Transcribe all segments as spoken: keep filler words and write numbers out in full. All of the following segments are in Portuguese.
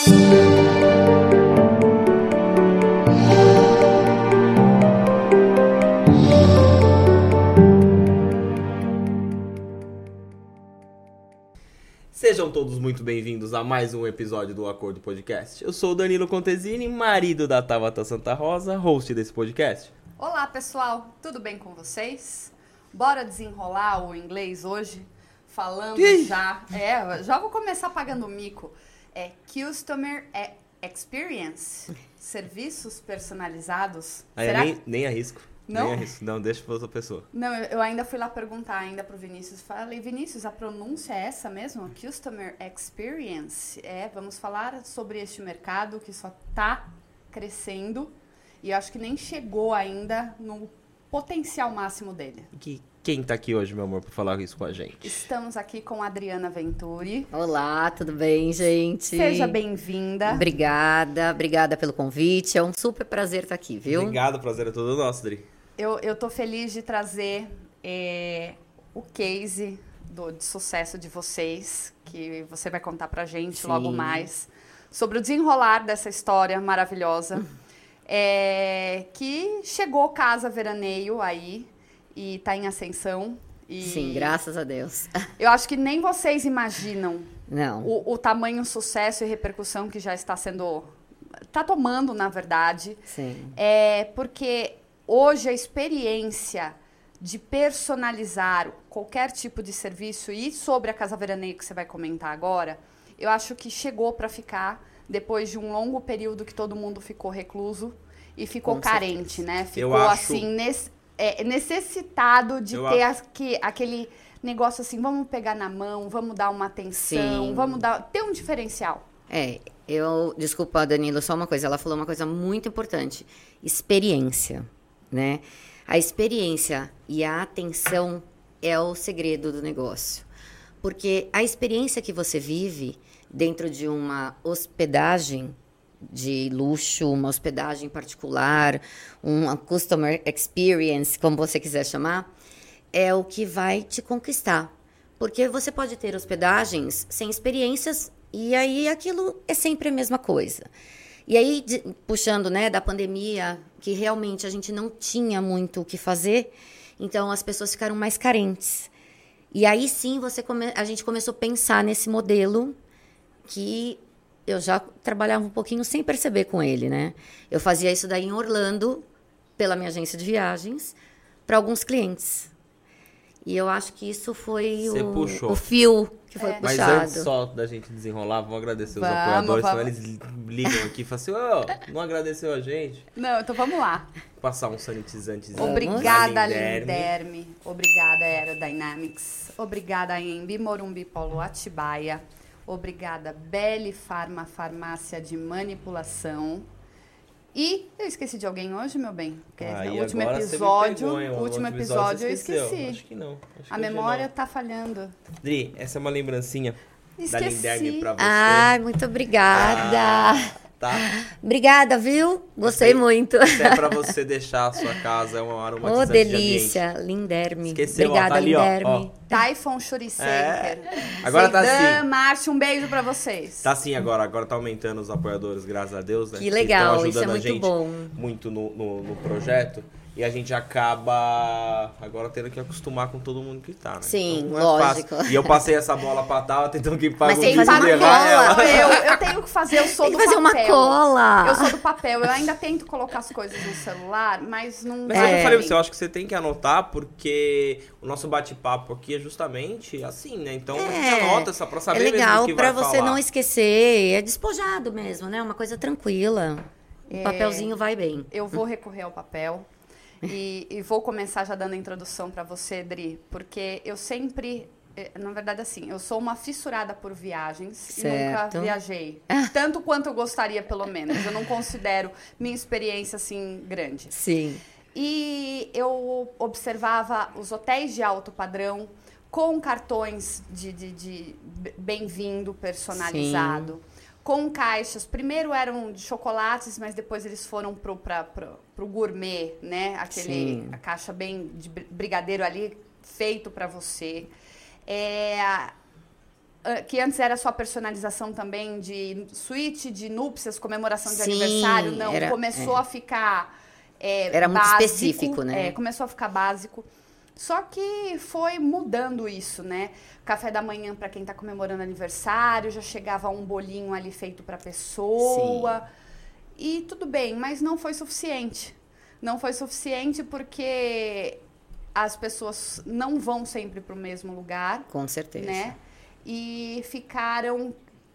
Sejam todos muito bem-vindos a mais um episódio do Acordo Podcast. Eu sou o Danilo Contesini, marido da Tabata Santa Rosa, host desse podcast. Olá, pessoal, tudo bem com vocês? Bora desenrolar o inglês hoje? Falando Ih. já... É, já vou começar pagando mico. É Customer Experience, serviços personalizados. Aí Será? Nem, nem arrisco. Não? Nem arrisco. Não, deixa pra outra pessoa. Não, eu ainda fui lá perguntar ainda pro Vinícius. Falei, Vinícius, a pronúncia é essa mesmo? Customer Experience? É, vamos falar sobre este mercado que só tá crescendo e eu acho que nem chegou ainda no potencial máximo dele. Que, quem tá aqui hoje, meu amor, pra falar isso com a gente? Estamos aqui com a Adriana Venturi. Olá, tudo bem, gente? Seja bem-vinda. Obrigada, obrigada pelo convite. É um super prazer estar aqui, viu? Obrigado, prazer é todo nosso, Adri. Eu, eu tô feliz de trazer é, o case do, de sucesso de vocês, que você vai contar pra gente Sim. logo mais, sobre o desenrolar dessa história maravilhosa, é, que chegou Casa Veraneio aí e tá em ascensão. E Sim, graças a Deus. Eu acho que nem vocês imaginam Não. O, o tamanho, sucesso e repercussão que já está sendo... Tá tomando, na verdade. Sim. É, porque... Hoje, a experiência de personalizar qualquer tipo de serviço e sobre a Casa Veraneio que você vai comentar agora, eu acho que chegou para ficar depois de um longo período que todo mundo ficou recluso e ficou Com carente, certeza. né? Ficou eu acho... assim, nesse, é, necessitado de eu ter acho... aqui, aquele negócio assim, vamos pegar na mão, vamos dar uma atenção, Sim. vamos dar, ter um diferencial. É, eu... Desculpa, Danilo, só uma coisa. Ela falou uma coisa muito importante. Experiência. Né? A experiência e a atenção é o segredo do negócio. Porque a experiência que você vive dentro de uma hospedagem de luxo, uma hospedagem particular, uma customer experience, como você quiser chamar, é o que vai te conquistar. Porque você pode ter hospedagens sem experiências e aí aquilo é sempre a mesma coisa. E aí, de, puxando, né, da pandemia, que realmente a gente não tinha muito o que fazer, então as pessoas ficaram mais carentes. E aí sim você come, a gente começou a pensar nesse modelo que eu já trabalhava um pouquinho sem perceber com ele, né? Eu fazia isso daí em Orlando, pela minha agência de viagens, para alguns clientes. E eu acho que isso foi o, o fio que foi é. puxado. Mas antes só da gente desenrolar, vamos agradecer os vamos, apoiadores, vamos. Senão eles ligam aqui e falam assim, oh, não agradeceu a gente? Não, então vamos lá. Passar um sanitizantezinho. Obrigada, Linderme. Obrigada, Aerodynamics. Obrigada, a Embi Morumbi Polo Atibaia. Obrigada, Belli Farma, farmácia de manipulação. E eu esqueci de alguém hoje, meu bem? Porque ah, no último episódio, pegou, hein? o último episódio eu esqueci. Acho que não. Acho a que memória não. tá falhando. Dri, essa é uma lembrancinha esqueci. da Linderme pra você. Ai, muito obrigada. Ah, tá. Obrigada, viu? Gostei Até, muito. Até pra você deixar a sua casa, é uma aromatizante. Ô, oh, delícia. De Linderme. Esqueceu, obrigada, ó, tá ali, Linderme. Ó, ó. Typhon Shuri Center. É. Agora tá Dan, assim. Márcio, um beijo pra vocês. Tá assim agora. Agora tá aumentando os apoiadores, graças a Deus, né? Que legal, que isso é muito a gente bom. Muito no, no, no projeto. E a gente acaba agora tendo que acostumar com todo mundo que tá, né? Sim, então, é lógico. Fácil. E eu passei essa bola pra tal, tentando que pague Mas tem que fazer uma cola. Eu, eu tenho que fazer, eu sou tem do que fazer papel. uma cola. Eu sou do papel. Eu ainda tento colocar as coisas no celular, mas não... Mas é. eu falei pra você, eu acho que você tem que anotar, porque o nosso bate-papo aqui é justamente assim, né? Então é, a gente anota essa pra saber é legal mesmo o que pra vai você falar. não esquecer. É despojado mesmo, né? Uma coisa tranquila. Um é, papelzinho vai bem. Eu vou recorrer ao papel. E, e vou começar já dando a introdução para você, Dri, porque eu sempre, na verdade assim, eu sou uma fissurada por viagens certo. E nunca viajei, tanto quanto eu gostaria pelo menos, eu não considero minha experiência assim grande. Sim. E eu observava os hotéis de alto padrão com cartões de, de, de bem-vindo personalizado. Sim. Com caixas, primeiro eram de chocolates, mas depois eles foram pro, pra, pro, pro gourmet, né? Aquele, a caixa bem de brigadeiro ali, feito para você. É, que antes era só personalização também de suíte, de núpcias, comemoração de Sim, aniversário, não, era, começou é. a ficar é, Era muito básico, específico, né? É, começou a ficar básico. Só que foi mudando isso, né? Café da manhã para quem tá comemorando aniversário, já chegava um bolinho ali feito para pessoa. Sim. E tudo bem, mas não foi suficiente. Não foi suficiente porque as pessoas não vão sempre para o mesmo lugar. Com certeza. Né? E ficaram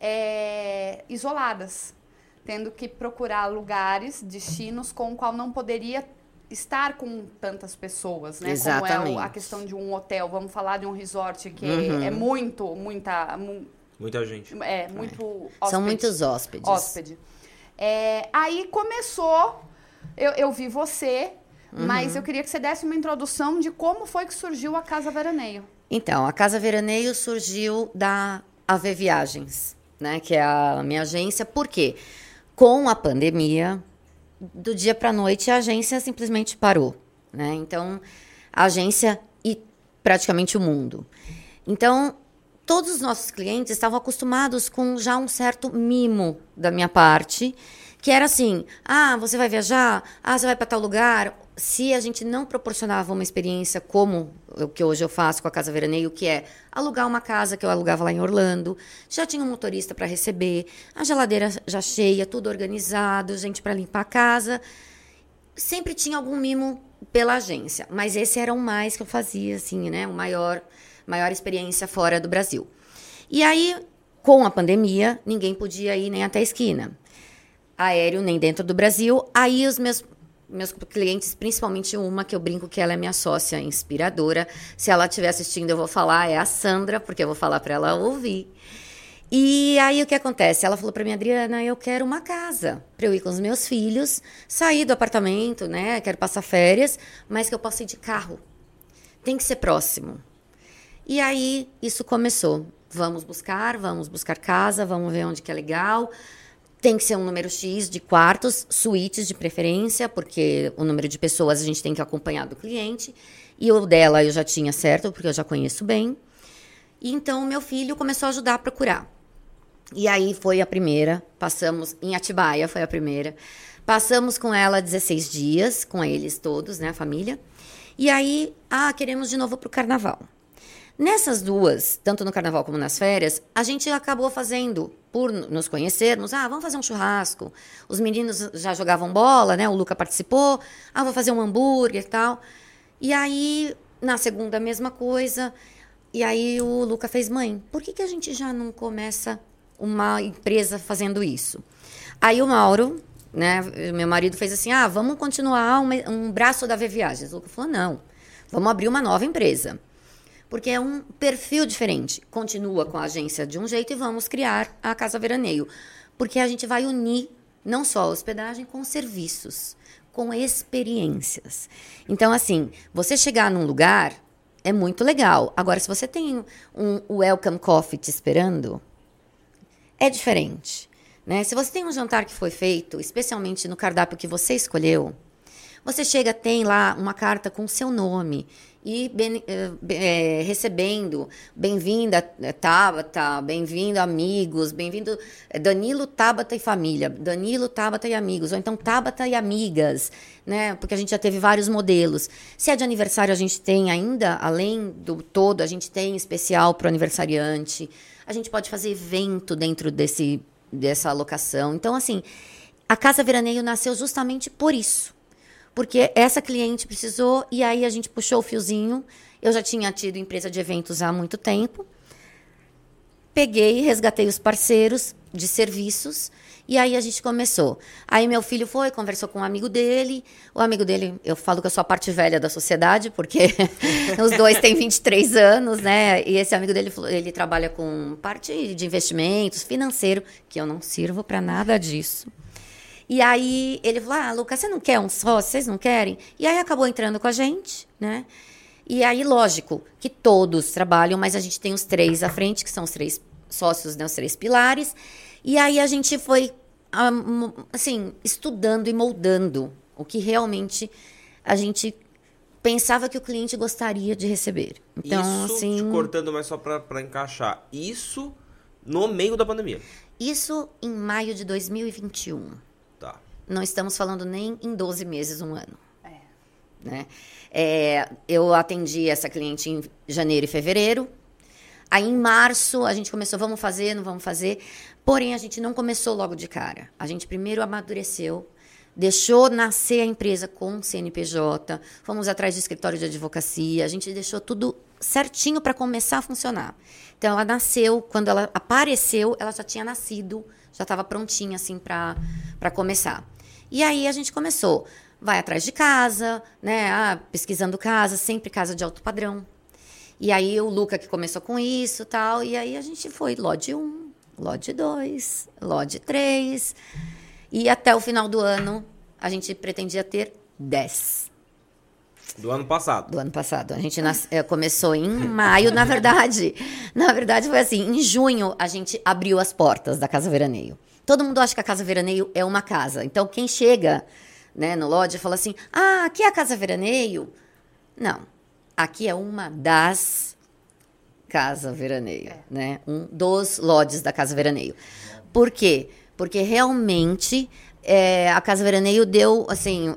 é, isoladas, tendo que procurar lugares, destinos com o qual não poderia estar com tantas pessoas, né? Exatamente. Como é a questão de um hotel, vamos falar de um resort que uhum. é muito, muita... Mu, muita gente. É, muito é. hóspede. São muitos hóspedes. Hóspede. É, aí começou, eu, eu vi você, uhum. mas eu queria que você desse uma introdução de como foi que surgiu a Casa Veraneio. Então, a Casa Veraneio surgiu da A V Viagens, né? Que é a minha agência. Por quê? Com a pandemia, do dia para a noite, a agência simplesmente parou, né? Então, a agência e praticamente o mundo. Então, todos os nossos clientes estavam acostumados com já um certo mimo da minha parte, que era assim, ah, você vai viajar? Ah, você vai para tal lugar? Se a gente não proporcionava uma experiência como o que hoje eu faço com a Casa Veraneio, que é alugar uma casa que eu alugava lá em Orlando, já tinha um motorista para receber, a geladeira já cheia, tudo organizado, gente para limpar a casa. Sempre tinha algum mimo pela agência, mas esse era o mais que eu fazia, assim, né? O maior, maior experiência fora do Brasil. E aí, com a pandemia, ninguém podia ir nem até a esquina. Aéreo, nem dentro do Brasil. Aí os meus... Meus clientes, principalmente uma que eu brinco que ela é minha sócia inspiradora. Se ela estiver assistindo, eu vou falar, é a Sandra, porque eu vou falar para ela ouvir. E aí o que acontece? Ela falou para mim, Adriana, eu quero uma casa para eu ir com os meus filhos, sair do apartamento, né? Quero passar férias, mas que eu possa ir de carro. Tem que ser próximo. E aí isso começou. Vamos buscar, vamos buscar casa, vamos ver onde que é legal. Tem que ser um número X de quartos, suítes de preferência, porque o número de pessoas a gente tem que acompanhar do cliente. E o dela eu já tinha certo, porque eu já conheço bem. E então, meu filho começou a ajudar a procurar. E aí foi a primeira, passamos em Atibaia, foi a primeira. Passamos com ela dezesseis dias, com eles todos, né, a família. E aí, ah, queremos de novo para o carnaval. Nessas duas, tanto no carnaval como nas férias, a gente acabou fazendo, por nos conhecermos, ah, vamos fazer um churrasco. Os meninos já jogavam bola, né? O Luca participou. Ah, vou fazer um hambúrguer e tal. E aí, na segunda, a mesma coisa. E aí o Luca fez, mãe, por que que a gente já não começa uma empresa fazendo isso? Aí o Mauro, né, meu marido, fez assim, ah, vamos continuar um, um braço da V Viagens. O Luca falou, não, vamos abrir uma nova empresa. Porque é um perfil diferente. Continua com a agência de um jeito e vamos criar a Casa Veraneio. Porque a gente vai unir não só a hospedagem com serviços, com experiências. Então, assim, você chegar num lugar é muito legal. Agora, se você tem um welcome coffee te esperando, é diferente, né? Se você tem um jantar que foi feito, especialmente no cardápio que você escolheu, você chega, tem lá uma carta com o seu nome e bem, é, recebendo, bem-vinda Tabata, bem-vindo amigos, bem-vindo Danilo, Tabata e família, Danilo, Tabata e amigos, ou então Tabata e amigas, né? Porque a gente já teve vários modelos. Se é de aniversário, a gente tem ainda, além do todo, a gente tem especial para o aniversariante, a gente pode fazer evento dentro desse, dessa alocação. Então, assim, a Casa Veraneio nasceu justamente por isso. Porque essa cliente precisou, e aí a gente puxou o fiozinho. Eu já tinha tido empresa de eventos há muito tempo. Peguei, resgatei os parceiros de serviços, e aí a gente começou. Aí meu filho foi, conversou com um amigo dele. O amigo dele, eu falo que eu sou a parte velha da sociedade, porque os dois têm vinte e três anos, né? E esse amigo dele, ele trabalha com parte de investimentos, financeiro, que eu não sirvo para nada disso. E aí ele falou, ah, Lucas, você não quer um sócio? Vocês não querem? E aí acabou entrando com a gente, né? E aí, lógico, que todos trabalham, mas a gente tem os três à frente, que são os três sócios, né, os três pilares. E aí a gente foi, assim, estudando e moldando o que realmente a gente pensava que o cliente gostaria de receber. Então, isso, assim... te cortando, mas só para encaixar, isso no meio da pandemia? Isso em maio de dois mil e vinte e um. Tá. Não estamos falando nem em doze meses, um ano. É. Né? É, eu atendi essa cliente em janeiro e fevereiro. Aí, em março, a gente começou, vamos fazer, não vamos fazer. Porém, a gente não começou logo de cara. A gente primeiro amadureceu, deixou nascer a empresa com C N P J, fomos atrás de escritório de advocacia, a gente deixou tudo certinho para começar a funcionar. Então, ela nasceu, quando ela apareceu, ela já tinha nascido, já estava prontinha, assim, para começar. E aí, a gente começou, vai atrás de casa, né, ah, pesquisando casa, sempre casa de alto padrão. E aí, o Luca que começou com isso e tal, e aí a gente foi lote um, lote dois, lote três, e até o final do ano, a gente pretendia ter dez. Do ano passado. Do ano passado. A gente nas... começou em maio, na verdade. Na verdade, foi assim, em junho, a gente abriu as portas da Casa Veraneio. Todo mundo acha que a Casa Veraneio é uma casa. Então, quem chega, né, no lodge fala assim, ah, aqui é a Casa Veraneio? Não. Aqui é uma das Casa Veraneio, é. né? Um dos lodges da Casa Veraneio. Por quê? Porque realmente é, a Casa Veraneio deu, assim,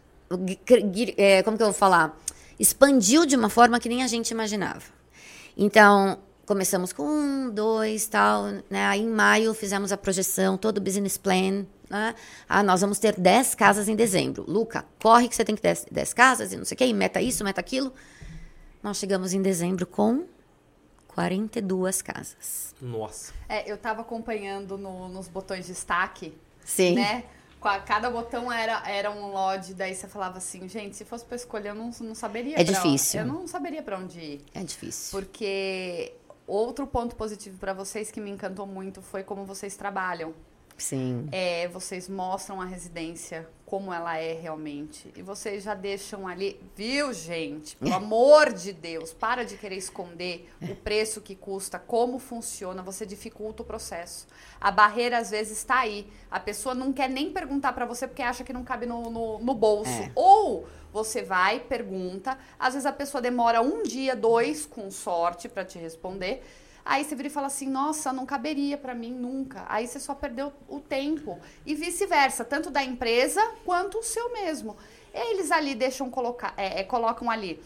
é, como que eu vou falar? Expandiu de uma forma que nem a gente imaginava. Então, começamos com um, dois, tal, né? Aí em maio fizemos a projeção, todo o business plan, né? Ah, nós vamos ter dez casas em dezembro. Luca, corre que você tem que ter dez casas e não sei o quê, e meta isso, meta aquilo. Nós chegamos em dezembro com quarenta e duas casas. Nossa. É, eu estava acompanhando no, nos botões de destaque, Sim. né? Cada botão era, era um lodge, daí você falava assim, gente, se fosse para escolher, eu não, não saberia. É pra difícil. Onde, eu não saberia para onde ir. É difícil. Porque outro ponto positivo para vocês que me encantou muito foi como vocês trabalham. Sim. É, vocês mostram a residência como ela é realmente. E vocês já deixam ali... Viu, gente? Pelo amor de Deus, para de querer esconder o preço que custa, como funciona. Você dificulta o processo. A barreira, às vezes, está aí. A pessoa não quer nem perguntar para você porque acha que não cabe no, no, no bolso. É. Ou você vai, pergunta. Às vezes, a pessoa demora um dia, dois, com sorte, para te responder. Aí você vira e fala assim, nossa, não caberia para mim nunca. Aí você só perdeu o tempo. E vice-versa, tanto da empresa quanto o seu mesmo. Eles ali deixam colocar, é, é, colocam ali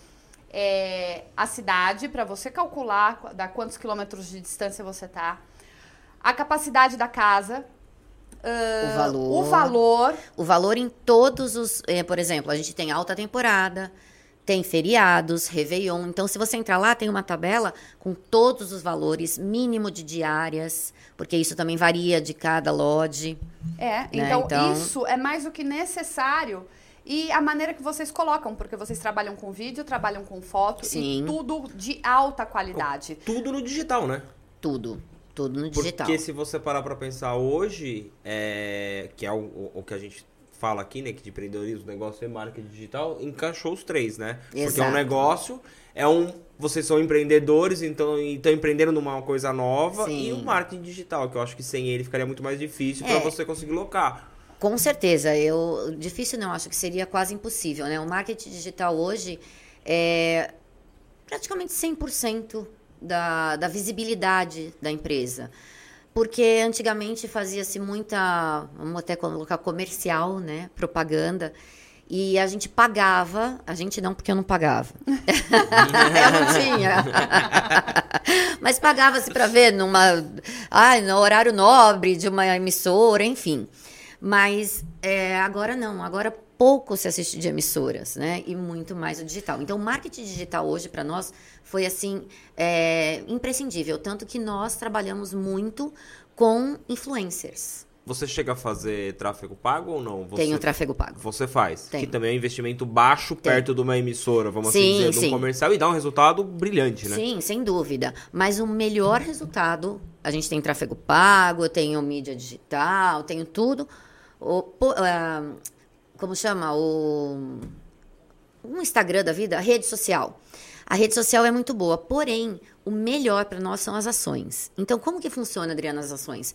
é, a cidade para você calcular da quantos quilômetros de distância você tá. A capacidade da casa. Uh, o valor. O valor. O valor em todos os... É, por exemplo, a gente tem alta temporada... Tem feriados, Réveillon. Então, se você entrar lá, tem uma tabela com todos os valores, mínimo de diárias, porque isso também varia de cada lodge. É, né? então, então isso é mais do que necessário. E a maneira que vocês colocam, porque vocês trabalham com vídeo, trabalham com foto, sim. e tudo de alta qualidade. Tudo no digital, né? Tudo. Tudo no digital. Porque se você parar pra pensar hoje, é, que é o, o, o que a gente... fala aqui, né, que de empreendedorismo, negócio e marketing digital, encaixou os três, né? Exato. Porque é um negócio, é um, vocês são empreendedores, então estão empreendendo numa coisa nova, sim. e o marketing digital, que eu acho que sem ele ficaria muito mais difícil para é. você conseguir locar. Com certeza, eu difícil não, acho que seria quase impossível, né? O marketing digital hoje é praticamente cem por cento da, da visibilidade da empresa. Porque antigamente fazia-se muita, vamos até colocar comercial, né? Propaganda. E a gente pagava, a gente não, porque eu não pagava. Eu não tinha. Mas pagava-se para ver numa, ah, no horário nobre de uma emissora, enfim. Mas é, agora não, agora pouco se assiste de emissoras, né? E muito mais o digital. Então, o marketing digital hoje, para nós, foi, assim, é, imprescindível. Tanto que nós trabalhamos muito com influencers. Você chega a fazer tráfego pago ou não? Você, Tenho tráfego pago. Você faz? Tenho. Que também é um investimento baixo Tenho. perto de uma emissora, vamos sim, assim dizer, de um sim. comercial, e dá um resultado brilhante, né? Sim, sem dúvida. Mas o melhor resultado, a gente tem tráfego pago, eu tenho mídia digital, tenho tudo. O, uh, como chama? O um Instagram da vida, a rede social. A rede social é muito boa, porém, o melhor para nós são as ações. Então, como que funciona, Adriana, as ações?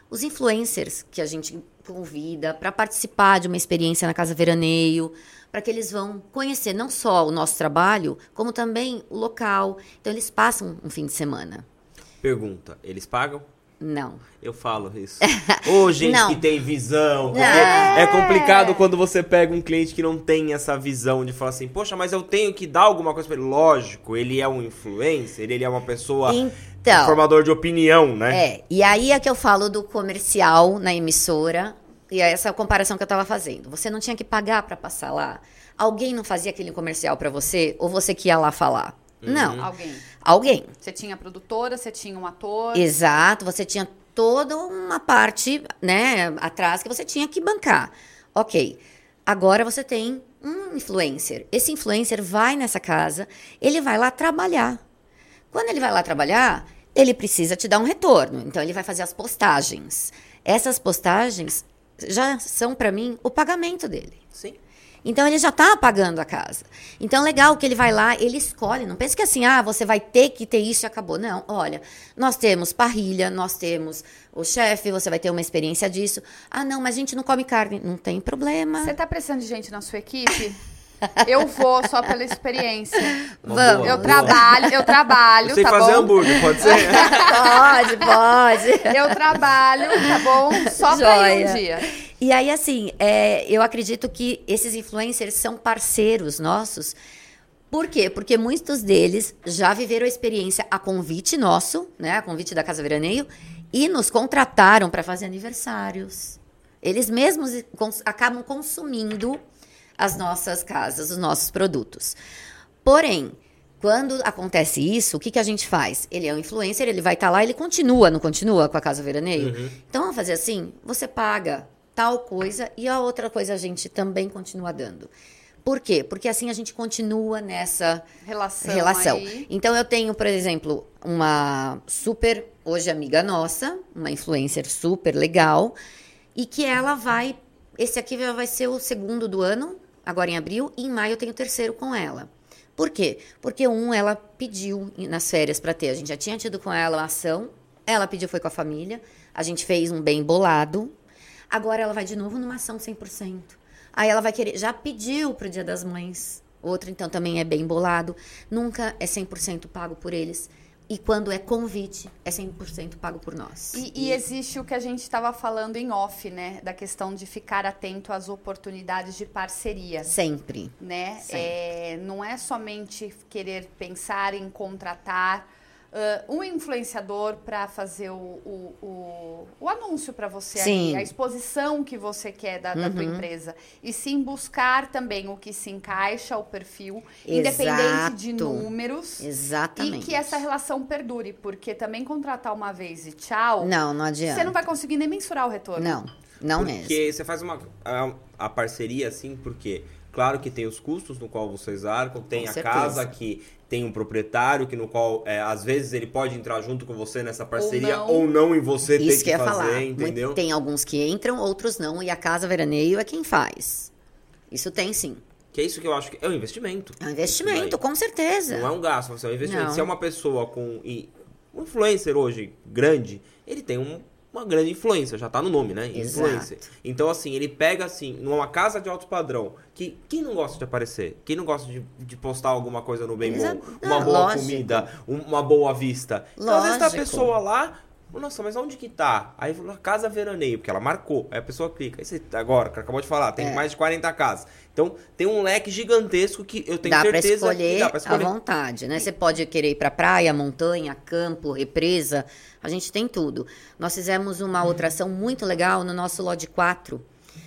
Os influencers que a gente convida para participar de uma experiência na Casa Veraneio, para que eles vão conhecer não só o nosso trabalho, como também o local. Então, eles passam um fim de semana. Pergunta, eles pagam? Não. Eu falo isso. Ô, gente Não. que tem visão. Porque É. é complicado quando você pega um cliente que não tem essa visão de falar assim, poxa, mas eu tenho que dar alguma coisa pra ele. Lógico, ele é um influencer, ele é uma pessoa, Então, um formador de opinião, né? É, e aí é que eu falo do comercial na emissora, e é essa comparação que eu estava fazendo. Você não tinha que pagar para passar lá? Alguém não fazia aquele comercial para você? Ou você que ia lá falar? Uhum. Não. Alguém. Alguém. Você tinha a produtora, você tinha um ator. Exato, você tinha toda uma parte, né, atrás que você tinha que bancar. Ok, agora você tem um influencer. Esse influencer vai nessa casa, ele vai lá trabalhar. Quando ele vai lá trabalhar, ele precisa te dar um retorno. Então, ele vai fazer as postagens. Essas postagens já são, para mim, o pagamento dele. Sim. Então, ele já está pagando a casa. Então, legal que ele vai lá, ele escolhe. Não pense que assim, ah, você vai ter que ter isso e acabou. Não, olha, nós temos parrilha, nós temos o chefe, você vai ter uma experiência disso. Ah, não, mas a gente não come carne. Não tem problema. Você tá precisando de gente na sua equipe? Eu vou só pela experiência. Uma Vamos. boa, Eu boa. trabalho, eu trabalho, Eu sei tá fazer bom? hambúrguer, pode ser? Pode, pode. Eu trabalho, tá bom? Só pra ir um Joia. dia. E aí, assim, é, eu acredito que esses influencers são parceiros nossos. Por quê? Porque muitos deles já viveram a experiência a convite nosso, né? A convite da Casa Veraneio, e nos contrataram para fazer aniversários. Eles mesmos cons- acabam consumindo as nossas casas, os nossos produtos. Porém, quando acontece isso, o que, que a gente faz? Ele é um influencer, ele vai estar lá, ele continua, não continua com a Casa Veraneio? Uhum. Então, vamos fazer assim, você paga tal coisa e a outra coisa a gente também continua dando. Por quê? Porque assim a gente continua nessa Relação. relação. Aí. Então, eu tenho, por exemplo, uma super, hoje amiga nossa, uma influencer super legal, e que ela vai, esse aqui vai ser o segundo do ano, agora em abril, e em maio eu tenho o terceiro com ela. Por quê? Porque um, ela pediu nas férias para ter, a gente já tinha tido com ela uma ação, ela pediu, foi com a família, a gente fez um bem bolado, agora ela vai de novo numa ação cem por cento. Aí ela vai querer, já pediu pro Dia das Mães, outro então também é bem bolado, nunca é cem por cento pago por eles. E quando é convite, é cem por cento pago por nós. E, e existe o que a gente estava falando em off, né? Da questão de ficar atento às oportunidades de parceria. Sempre. Né? Sempre. É, não é somente querer pensar em contratar uh, um influenciador para fazer o, o, o, o anúncio para você, Sim. ali, a exposição que você quer da, da tua Uhum. empresa. E sim buscar também o que se encaixa ao perfil, Exato. independente de números. Exatamente. E que essa relação perdure, porque também contratar uma vez e tchau, Não, não adianta. você não vai conseguir nem mensurar o retorno. Não, não Porque mesmo. você faz uma a, a parceria assim, porque claro que tem os custos no qual vocês arcam, tem Com a certeza. casa que tem um proprietário que no qual é, às vezes ele pode entrar junto com você nessa parceria não. ou não, e você Isso tem que que eu ia fazer, falar. entendeu? Muito- tem alguns que entram, outros não. E a Casa Veraneio é quem faz. Isso tem sim. Que é isso que eu acho que é um investimento. É um Isso investimento, daí. com certeza. Não é um gasto, é um investimento. Não. Se é uma pessoa com e, um influencer hoje grande, ele tem um- uma grande influência, já tá no nome, né? Influencer. Exato. Então, assim, ele pega, assim, numa casa de alto padrão, que quem não gosta de aparecer? Quem não gosta de, de postar alguma coisa no bem Exato. bom? Uma Não, boa lógico. comida, um- uma boa vista. Então, às vezes tá a Lógico. pessoa lá, nossa, mas onde que tá? Aí, na casa veraneio, porque ela marcou. Aí a pessoa clica. Aí você, agora, que acabou de falar, tem É. mais de quarenta casas. Então, tem um leque gigantesco que eu tenho Dá pra certeza escolher, que dá pra escolher. à vontade, né? Você pode querer ir pra praia, montanha, campo, represa. A gente tem tudo. Nós fizemos uma outra ação muito legal no nosso Lodge quatro.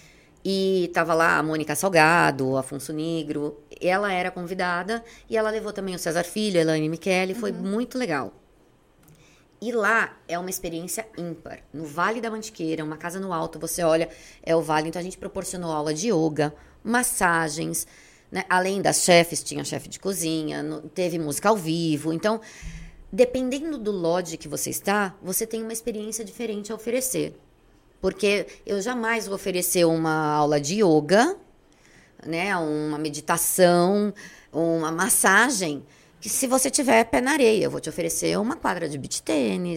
E tava lá a Mônica Salgado, o Afonso Negro. Ela era convidada e ela levou também o César Filho, a Elaine Michele. Foi muito legal. E lá é uma experiência ímpar. No Vale da Mantiqueira, uma casa no alto, você olha, é o vale. Então, a gente proporcionou aula de yoga, massagens, né? Além das chefes, tinha chefe de cozinha, no- teve música ao vivo. Então, dependendo do lodge que você está, você tem uma experiência diferente a oferecer. Porque eu jamais vou oferecer uma aula de yoga, né? Uma meditação, uma massagem, que se você tiver pé na areia, eu vou te oferecer uma quadra de beach tênis,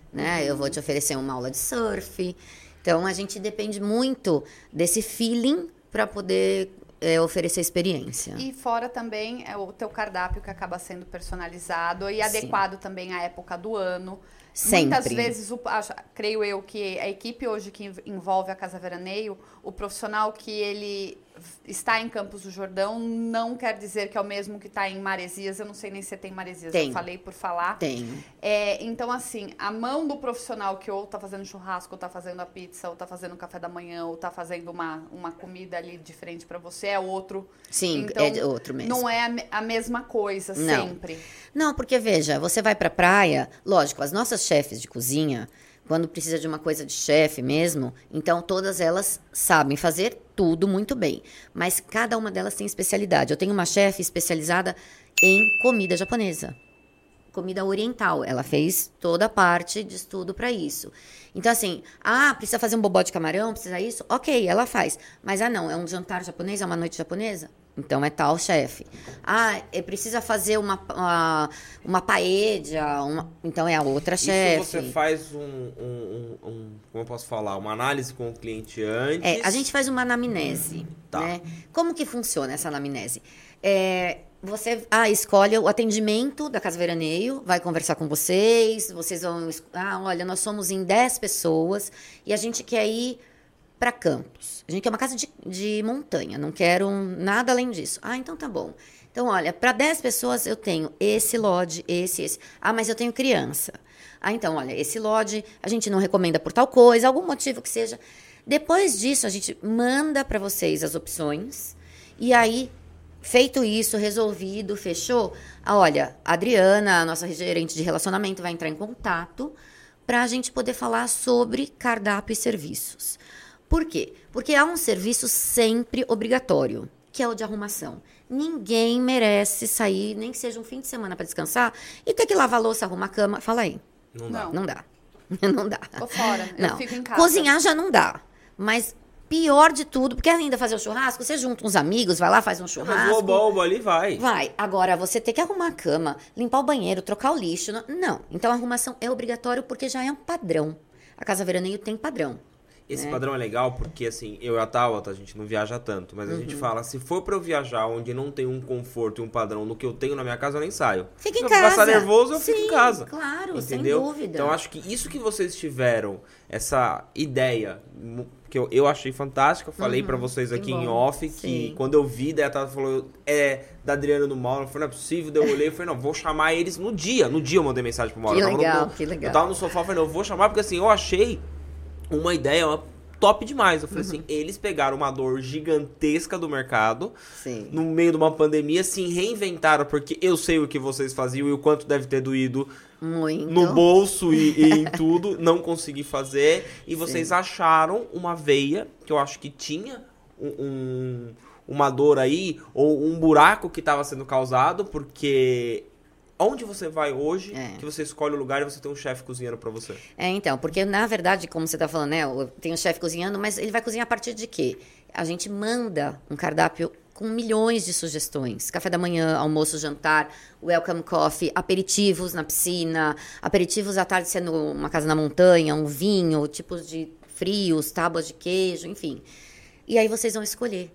né? Eu vou te oferecer uma aula de surf. Então, a gente depende muito desse feeling para poder é, oferecer experiência. E fora também é o teu cardápio que acaba sendo personalizado e adequado Sim. também à época do ano. Sempre. Muitas vezes, o, acho, creio eu, que a equipe hoje que envolve a Casa Veraneio, o profissional que ele está em Campos do Jordão não quer dizer que é o mesmo que está em Maresias. Eu não sei nem se tem Maresias, tem. Eu falei por falar. Tem. É, então, assim, a mão do profissional que ou está fazendo churrasco, ou está fazendo a pizza, ou está fazendo o café da manhã, ou está fazendo uma, uma comida ali diferente para você, é outro. Sim, então, é outro mesmo. Não é a, a mesma coisa não. sempre. Não, porque veja, você vai pra praia, lógico, as nossas chefes de cozinha, quando precisa de uma coisa de chefe mesmo, então todas elas sabem fazer tudo muito bem. Mas cada uma delas tem especialidade. Eu tenho uma chefe especializada em comida japonesa. Comida oriental. Ela fez toda a parte de estudo para isso. Então, assim, ah, precisa fazer um bobó de camarão, precisa isso? Ok, ela faz. Mas, ah, não, é um jantar japonês, é uma noite japonesa? Então, é tal chefe. Ah, é, precisa fazer uma, uma, uma paella, uma... então é a outra chefe. Isso você faz um, um, um, um, como eu posso falar, uma análise com o cliente antes? É, a gente faz uma anamnese, tá. né? Como que funciona essa anamnese? É... Você ah, escolhe o atendimento da Casa Veraneio, vai conversar com vocês, vocês vão... Ah, olha, nós somos em dez pessoas e a gente quer ir para Campos. A gente quer uma casa de, de montanha, não quero nada além disso. Ah, então tá bom. Então, olha, para dez pessoas eu tenho esse lodge, esse, esse. Ah, mas eu tenho criança. Ah, então, olha, esse lodge a gente não recomenda por tal coisa, algum motivo que seja. Depois disso, a gente manda para vocês as opções e aí... Feito isso, resolvido, fechou? Ah, olha, a Adriana, a nossa gerente de relacionamento, vai entrar em contato para a gente poder falar sobre cardápio e serviços. Por quê? Porque há um serviço sempre obrigatório, que é o de arrumação. Ninguém merece sair, nem que seja um fim de semana para descansar, e ter que lavar a louça, arrumar a cama. Fala aí. Não dá. Não dá. Não dá. Tô fora, eu não. fico em casa. Cozinhar já não dá, mas... Pior de tudo, porque ainda fazer o churrasco, você junta uns amigos, vai lá, faz um churrasco. Mas o oba-oba ali vai. Vai. Agora, você tem que arrumar a cama, limpar o banheiro, trocar o lixo. Não. não. Então, a arrumação é obrigatório porque já é um padrão. A Casa Veraneio tem padrão. Esse né? padrão é legal porque, assim, eu e a Tabata, a gente não viaja tanto, mas a uhum. gente fala, se for pra eu viajar onde não tem um conforto e um padrão no que eu tenho na minha casa, eu nem saio. Fica em se casa. Se eu passar nervoso, eu Sim, fico em casa. Claro, entendeu? sem dúvida. Então, acho que isso que vocês tiveram, essa ideia... que eu, eu achei fantástica, eu falei uhum, pra vocês aqui em off, que Sim. quando eu vi, daí a Tata falou, é da Adriana e do Mauro, eu falei, não é possível, daí eu olhei e falei, não, vou chamar eles no dia, no dia eu mandei mensagem pro Mauro. Que eu legal, no, que legal. Eu tava no sofá, eu falei, não, eu vou chamar, porque assim, eu achei uma ideia top demais, eu falei uhum. assim, eles pegaram uma dor gigantesca do mercado, Sim. no meio de uma pandemia, se reinventaram, porque eu sei o que vocês faziam e o quanto deve ter doído Muito. no bolso e, e em tudo, não consegui fazer. E vocês Sim. acharam uma veia, que eu acho que tinha um, um, uma dor aí, ou um buraco que estava sendo causado, porque onde você vai hoje, é. que você escolhe o lugar e você tem um chefe cozinhando pra você. É, então, porque na verdade, como você tá falando, né, tem um chefe cozinhando, mas ele vai cozinhar a partir de quê? A gente manda um cardápio com milhões de sugestões. Café da manhã, almoço, jantar, welcome coffee, aperitivos na piscina, aperitivos à tarde sendo uma casa na montanha, um vinho, tipos de frios, tábuas de queijo, enfim. E aí vocês vão escolher.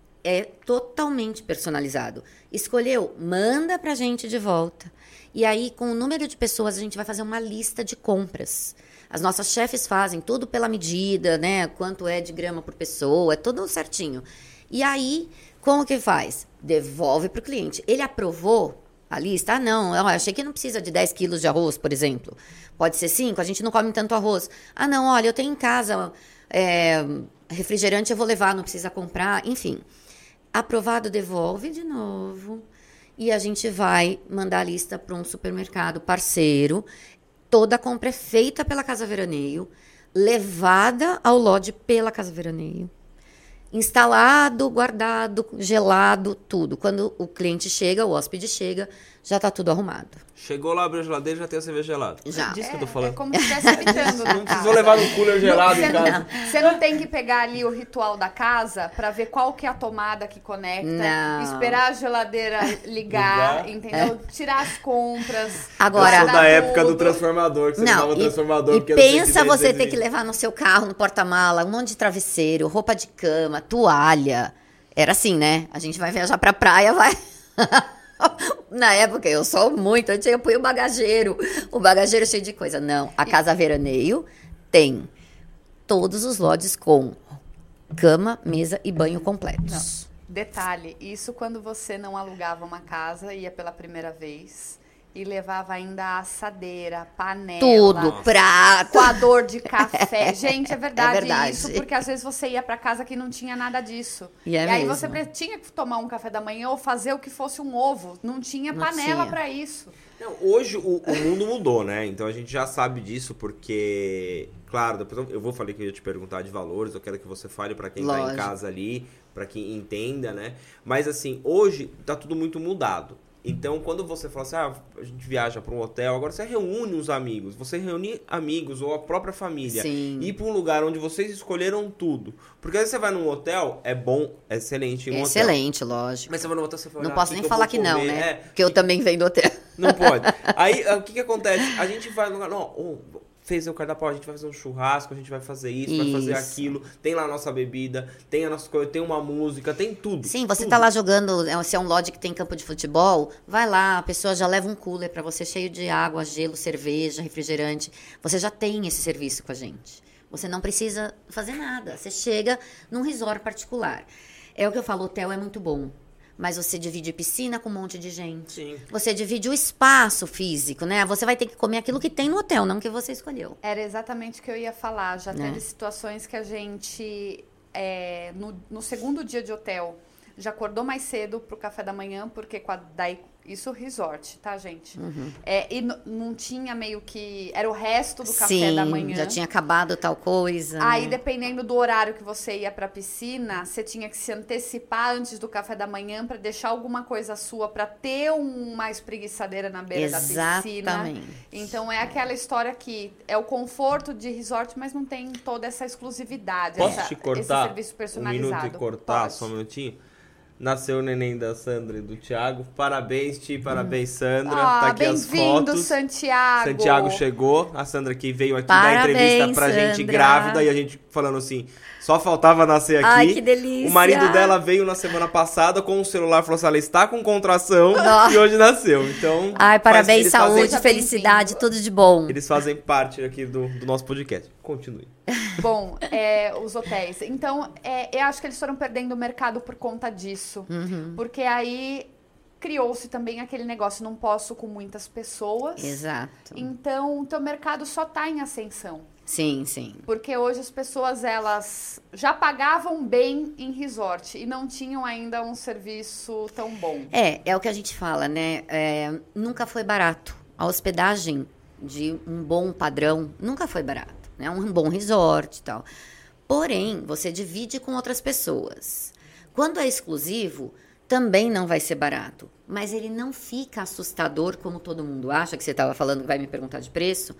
É totalmente personalizado. Escolheu? Manda pra gente de volta. E aí, com o número de pessoas, a gente vai fazer uma lista de compras. As nossas chefes fazem tudo pela medida, né? Quanto é de grama por pessoa, é tudo certinho. E aí, como que faz? Devolve pro cliente. Ele aprovou a lista? Ah, não, eu achei que não precisa de dez quilos de arroz, por exemplo. Pode ser cinco, a gente não come tanto arroz. Ah, não, olha, eu tenho em casa é, refrigerante, eu vou levar, não precisa comprar, enfim. Aprovado, devolve de novo. E a gente vai mandar a lista para um supermercado parceiro. Toda a compra é feita pela Casa Veraneio, levada ao lodge pela Casa Veraneio. Instalado, guardado, gelado, tudo. Quando o cliente chega, o hóspede chega, já tá tudo arrumado. Chegou lá, abriu a geladeira, já tem a cerveja gelada. Já. É disso É, que eu tô falando. é como se estivesse habitando na Não casa. precisou levar um cooler gelado Você em não, casa. você não tem que pegar ali o ritual da casa pra ver qual que é a tomada que conecta, Não. esperar a geladeira ligar, Ligar. entendeu? Tirar as compras. Agora- Eu sou guardar da época do tudo. transformador, que você Não, levava o e, transformador. e porque era pensa cento e dez, você ter cento e que vinte. levar no seu carro, no porta-mala, um monte de travesseiro, roupa de cama, toalha. Era assim, né? A gente vai viajar pra praia, vai... Na época, eu sou muito antiga, eu punho o bagageiro. O bagageiro cheio de coisa. Não, a Casa Veraneio tem todos os lotes com cama, mesa e banho completos. Detalhe, isso quando você não alugava uma casa, ia pela primeira vez e levava ainda a assadeira, panela, Tudo, prato. coador de café. Gente, é verdade, É verdade. isso, porque às vezes você ia pra casa que não tinha nada disso. E é aí mesmo. você pre- tinha que tomar um café da manhã ou fazer o que fosse um ovo. Não tinha Não panela tinha. pra isso. Não, hoje o, o mundo mudou, né? Então a gente já sabe disso, porque, claro, depois eu- eu vou falar que eu ia te perguntar de valores, eu quero que você fale pra quem tá em Lógico. casa ali, pra quem entenda, né? Mas assim, hoje tá tudo muito mudado. Então, quando você fala assim, ah, a gente viaja para um hotel, agora você reúne os amigos, você reúne amigos ou a própria família. Sim. Ir para um lugar onde vocês escolheram tudo. Porque aí você vai num hotel, é bom, é excelente ir num hotel. Excelente, lógico. Mas você vai num hotel, você fala, Não ah, posso o nem que eu falar vou que não, comer? né? É, Porque eu também venho do hotel. não pode. Aí, o que que acontece? A gente vai no lugar, não, oh, fez o cardápio, a gente vai fazer um churrasco, a gente vai fazer isso, vai fazer Isso. aquilo, tem lá a nossa bebida, tem a nossa coisa, tem uma música, tem tudo. Sim, você tudo. tá lá jogando, é, se é um lodge que tem campo de futebol, vai lá, a pessoa já leva um cooler pra você cheio de água, gelo, cerveja, refrigerante. Você já tem esse serviço com a gente. Você não precisa fazer nada. Você chega num resort particular. É o que eu falo, hotel é muito bom. Mas você divide piscina com um monte de gente. Sim. Você divide o espaço físico, né? Você vai ter que comer aquilo que tem no hotel, não que você escolheu. Era exatamente o que eu ia falar. Já Né? teve situações que a gente, é, no, no segundo dia de hotel, já acordou mais cedo pro café da manhã, porque com a- daí, isso resort, tá, gente? Uhum. É, e n- não tinha meio que... Era o resto do café Sim, da manhã. já tinha acabado tal coisa. Aí, né? dependendo do horário que você ia pra piscina, você tinha que se antecipar antes do café da manhã pra deixar alguma coisa sua pra ter uma espreguiçadeira na beira da piscina. Exatamente. Então é aquela história que é o conforto de resort, mas não tem toda essa exclusividade, Posso essa, te cortar esse serviço um personalizado. minuto e cortar Pode. só um minutinho? Nasceu o neném da Sandra e do Thiago. Parabéns, Ti, parabéns, Sandra. Ah, tá aqui as bem-vindo, fotos. Santiago. Santiago chegou, a Sandra que veio aqui Parabéns, dar entrevista pra gente Sandra. grávida e a gente falando assim, só faltava nascer aqui. Ai, que delícia. O marido dela veio na semana passada com o celular, falou assim, ela está com contração Nossa. e hoje nasceu. Então, Ai, faz- parabéns, eles saúde, fazem- felicidade, tudo de bom. Eles fazem parte aqui do, do nosso podcast. Continue. Bom, é, os hotéis. Então, é, eu acho que eles foram perdendo o mercado por conta disso. Uhum. Porque aí criou-se também aquele negócio, não posso com muitas pessoas. Exato. Então, o teu mercado só está em ascensão. Sim, sim. Porque hoje as pessoas, elas já pagavam bem em resort e não tinham ainda um serviço tão bom. É, é o que a gente fala, né? É, nunca foi barato. A hospedagem de um bom padrão nunca foi barato, né? Um bom resort e tal. Porém, você divide com outras pessoas. Quando é exclusivo, também não vai ser barato. Mas ele não fica assustador como todo mundo acha, que você estava falando que vai me perguntar de preço.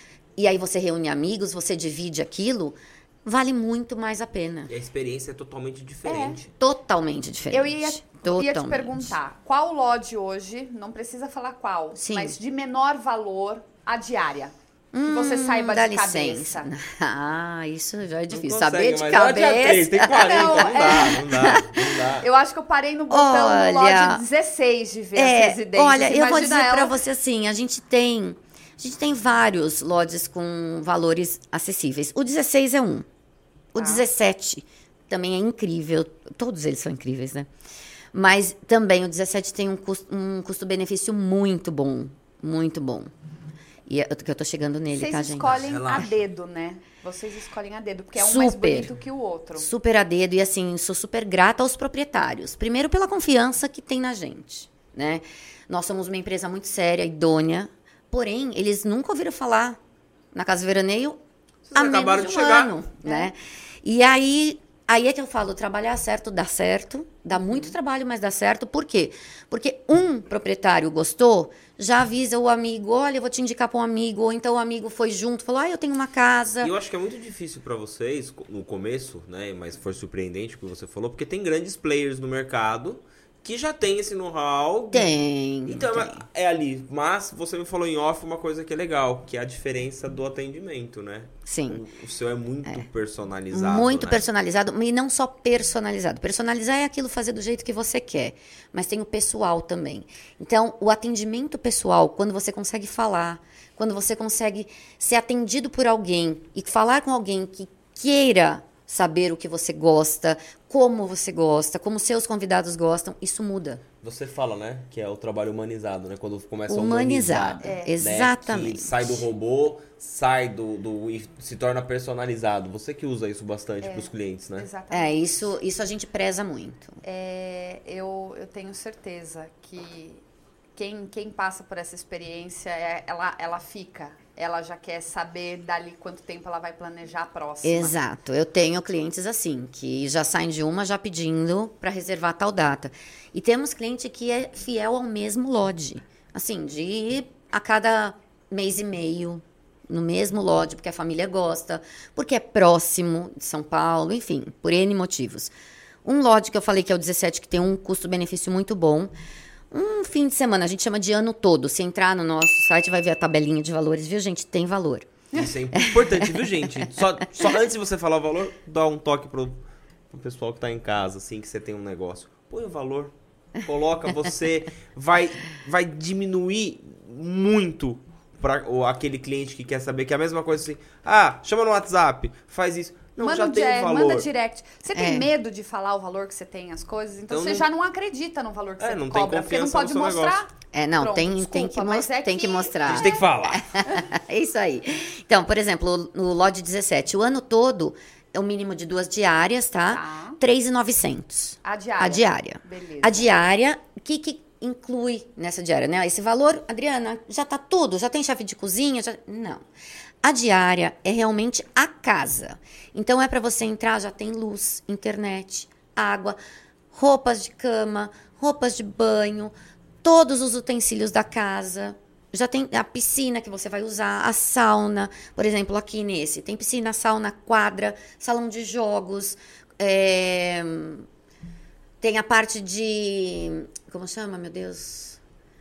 E aí você reúne amigos, você divide aquilo, vale muito mais a pena. E a experiência é totalmente diferente. Totalmente diferente. Eu ia, ia te Totalmente. perguntar, qual lodge hoje, não precisa falar qual, Sim. mas de menor valor a diária? Que Hum, você saiba dá de licença. cabeça. Ah, isso já é Não difícil. consegue, Saber de mas ela tinha três, cabeça. tem quarenta, Não, não, dá, não dá, não dá. Eu acho que eu parei no botão Olha, no lodge dezesseis de ver as residências. olha, eu vou Imagina dizer pra ela- você assim, a gente tem, a gente tem vários lodges com valores acessíveis. O dezesseis é um. O Tá. dezessete também é incrível. Todos eles são incríveis, né? Mas também o dezessete tem um custo, um custo-benefício muito bom, muito bom. E eu, que eu tô chegando nele, Vocês tá, gente? escolhem a Relaxa. dedo, né? Vocês escolhem a dedo, porque é um mais Super. bonito que o outro. Super a dedo e assim, sou super grata aos proprietários. Primeiro pela confiança que tem na gente, né? Nós somos uma empresa muito séria, idônea, porém, eles nunca ouviram falar na Casa Veraneio Vocês há acabaram menos de de um chegar. ano, né? E aí, Aí é que eu falo, trabalhar certo dá certo, dá muito trabalho, mas dá certo. Por quê? Porque um proprietário gostou, já avisa o amigo, olha, eu vou te indicar para um amigo, ou então o amigo foi junto, falou, ah, eu tenho uma casa. E eu acho que é muito difícil para vocês, no começo, né, mas foi surpreendente o que você falou, porque tem grandes players no mercado que já tem esse know-how. Tem. Então, tem. é ali. Mas você me falou em off uma coisa que é legal, que é a diferença do atendimento, né? Sim. O, o seu é muito é. personalizado, Muito né? personalizado, e não só personalizado. Personalizar é aquilo fazer do jeito que você quer, mas tem o pessoal também. Então, o atendimento pessoal, quando você consegue falar, quando você consegue ser atendido por alguém e falar com alguém que queira saber o que você gosta, como você gosta, como seus convidados gostam, isso muda. Você fala, né, que é o trabalho humanizado, né? Quando começa humanizado, a humanizar. É. Exatamente. Né? Que sai do robô, sai do, do... e se torna personalizado. Você que usa isso bastante é. para os clientes, né? Exatamente. É, isso, isso a gente preza muito. É, eu, eu tenho certeza que quem, quem passa por essa experiência, é, ela, ela fica... Ela já quer saber dali quanto tempo ela vai planejar a próxima. Exato. Eu tenho clientes assim, que já saem de uma já pedindo para reservar tal data. E temos cliente que é fiel ao mesmo lodge. Assim, de ir a cada mês e meio no mesmo lodge, porque a família gosta, porque é próximo de São Paulo, enfim, por N motivos. Um lodge que eu falei que é o dezessete, que tem um custo-benefício muito bom. Um fim de semana, a gente chama de ano todo. Se entrar no nosso site, vai ver a tabelinha de valores, viu, gente? Tem valor. Isso é importante, viu, gente? Só, só antes de você falar o valor, dá um toque pro, pro pessoal que tá em casa, assim, que você tem um negócio. Põe o valor, coloca, você vai, vai diminuir muito para aquele cliente que quer saber, que é a mesma coisa assim, ah, chama no WhatsApp, faz isso. Não, manda já um tem direct, um valor. Manda direct. Você tem É. medo de falar o valor que você tem as coisas, então, Então você não- já não acredita no valor que É, você não tem cobra, porque não confiança pode no seu mostrar. negócio. É, não, Pronto, tem, desculpa, tem, que, mas mos- é tem que que- A mostrar. gente tem que falar. É isso aí. Então, por exemplo, no Lodge dezessete, o ano todo é o mínimo de duas diárias, tá? Tá. três mil e novecentos. A diária. A diária. Beleza. A diária, o que, que inclui nessa diária, né? Esse valor, Adriana, já tá tudo? Já tem chefe de cozinha? Já... Não. A diária é realmente a casa. Então, é para você entrar, já tem luz, internet, água, roupas de cama, roupas de banho, todos os utensílios da casa. Já tem a piscina que você vai usar, a sauna. Por exemplo, aqui nesse, tem piscina, sauna, quadra, salão de jogos, é... tem a parte de... Como chama, meu Deus?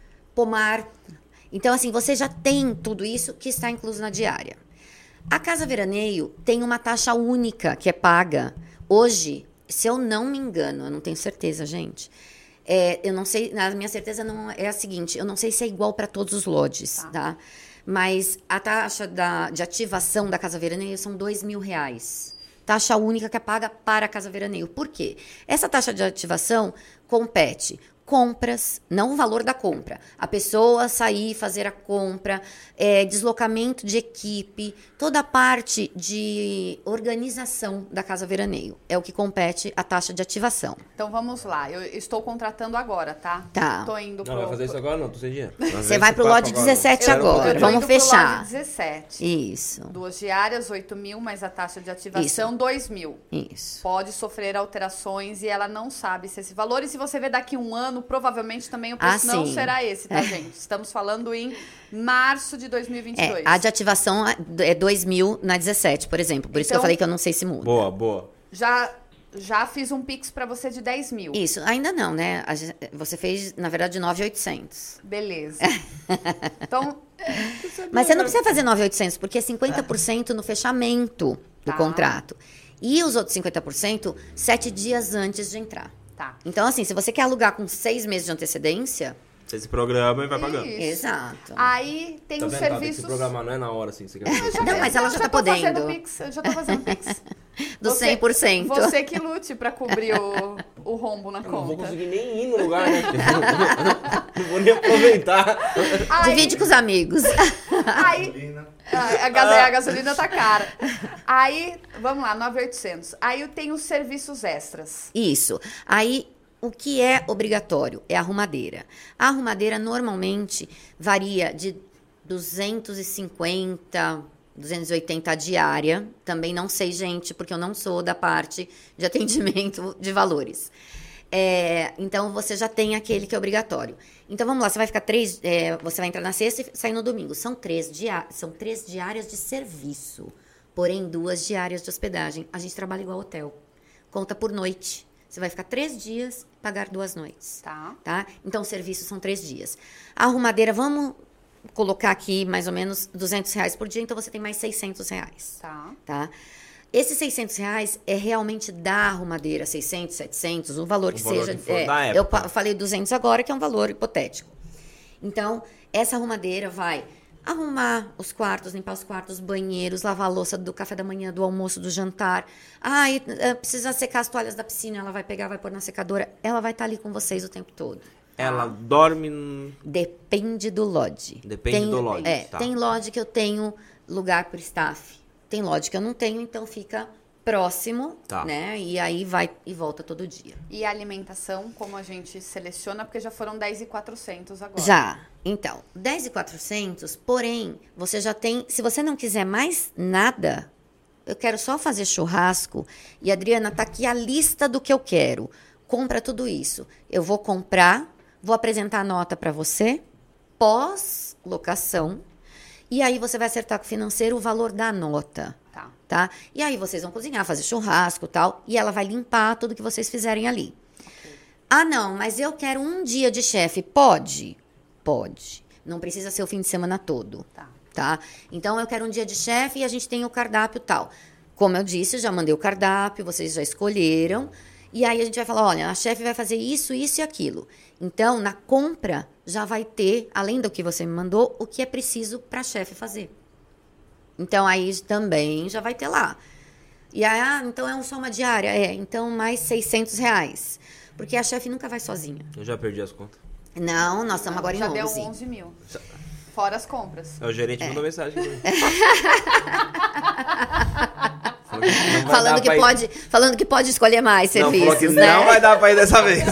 Pomar. Então, assim, você já tem tudo isso que está incluso na diária. A Casa Veraneio tem uma taxa única que é paga. Hoje, se eu não me engano, eu não tenho certeza, gente. É, eu não sei, a minha certeza não é a seguinte, eu não sei se é igual para todos os lodges, tá? tá? Mas a taxa da, de ativação da Casa Veraneio são dois mil reais. Taxa única que é paga para a Casa Veraneio. Por quê? Essa taxa de ativação compete compras, não o valor da compra. A pessoa sair, fazer a compra, é, deslocamento de equipe, toda a parte de organização da Casa Veraneio. É o que compete a taxa de ativação. Então vamos lá, eu estou contratando agora, tá? Tá. Tô indo Não, pro... vai fazer isso agora não, tô sem dinheiro. Você vai pro lote dezessete Eu- agora. eu tô Vamos indo pro fechar. lote dezessete. Isso, Duas diárias, oito mil, mais a taxa de ativação, dois mil. isso. Pode sofrer alterações e ela não sabe se esse valor. E se você ver daqui um ano, provavelmente também o Ah, preço não sim. será esse, tá, gente? Estamos falando em março de dois mil e vinte e dois. É, a de ativação é dois mil na dezessete, por exemplo. Por isso que eu Então- falei que eu não sei se muda. Boa, boa. Já, já fiz um Pix pra você de dez mil. Isso, ainda não, né? A gen- Você fez, na verdade, nove mil e oitocentos. Beleza. Então, Mas você não precisa fazer nove mil e oitocentos, porque é cinquenta por cento no fechamento do Tá. contrato. E os outros cinquenta por cento, sete dias antes de entrar. tá. Então, assim, se você quer alugar com seis meses de antecedência... Você se programa e vai pagando. Isso. Exato. Aí tem Tá os vendo? Tá, tem que serviços... se programar, não é na hora assim. Você quer Não, mas ela já tá tô fazendo podendo. Pix, eu já tô fazendo Pix. Do Você- cem por cento. Você que lute pra cobrir o, o rombo na Eu não vou conta. conseguir nem ir no lugar, né? Não vou nem aproveitar. Aí, Divide com os amigos. aí a, a, gas- a gasolina tá cara. Aí, vamos lá, nove mil e oitocentos. Aí eu tenho os serviços extras. Isso. Aí, o que é obrigatório? É a arrumadeira. A arrumadeira, normalmente, varia de duzentos e cinquenta duzentos e oitenta a diária. Também não sei, gente, porque eu não sou da parte de atendimento de valores. É, então, você já tem aquele que é obrigatório. Então, vamos lá, você vai ficar três... É, você vai entrar na sexta e sair no domingo. São três, dia, são três diárias de serviço, porém duas diárias de hospedagem. A gente trabalha igual hotel. Conta por noite. Você vai ficar três dias e pagar duas noites. Tá. Tá? Então, o serviço são três dias. A arrumadeira, vamos colocar aqui mais ou menos duzentos reais por dia, então você tem mais seiscentos reais. Tá. Tá? Esses seiscentos reais é realmente da arrumadeira, seiscentos, setecentos, o valor que o valor seja. que for é, da eu época. pa- falei duzentos agora, que é um valor hipotético. Então, essa arrumadeira vai arrumar os quartos, limpar os quartos, banheiros, lavar a louça do café da manhã, do almoço, do jantar. Ah, e, uh, precisa secar as toalhas da piscina, ela vai pegar, vai pôr na secadora. Ela vai estar ali com vocês o tempo todo. Ela dorme... n- Depende do lodge. Depende Tem- do lodge, É, tá. tem lodge que eu tenho lugar por staff. Tem lodge que eu não tenho, então fica próximo, Tá. né? E aí vai e volta todo dia. E a alimentação, como a gente seleciona, porque já foram dez mil e quatrocentos agora. Já. Então, dez mil e quatrocentos, porém, você já tem... Se você não quiser mais nada, eu quero só fazer churrasco. E, Adriana, tá aqui a lista do que eu quero. Compra tudo isso. Eu vou comprar, vou apresentar a nota para você, pós-locação, e aí você vai acertar com o financeiro o valor da nota. Tá. Tá? E aí vocês vão cozinhar, fazer churrasco e tal, e ela vai limpar tudo que vocês fizerem ali. Ah, não, mas eu quero um dia de chefe. Pode? Pode. Não precisa ser o fim de semana todo. Tá. Tá? Então, eu quero um dia de chefe e a gente tem o cardápio tal. Como eu disse, eu já mandei o cardápio, vocês já escolheram. E aí a gente vai falar, olha, a chefe vai fazer isso, isso e aquilo. Então, na compra, já vai ter, além do que você me mandou, o que é preciso para a chefe fazer. Então, aí também já vai ter lá. E aí, ah, então é só uma diária? É, então mais seiscentos reais. Porque a chefe nunca vai sozinha. Eu já perdi as contas. Não, nós estamos agora Já em deu onze. onze mil. Fora as compras. É, o gerente É. mandou mensagem. pra mim. Falou que não vai Falando dar que, pra ir- pode, falando que pode escolher mais Não, serviços, falou que né? não vai dar pra ir dessa vez.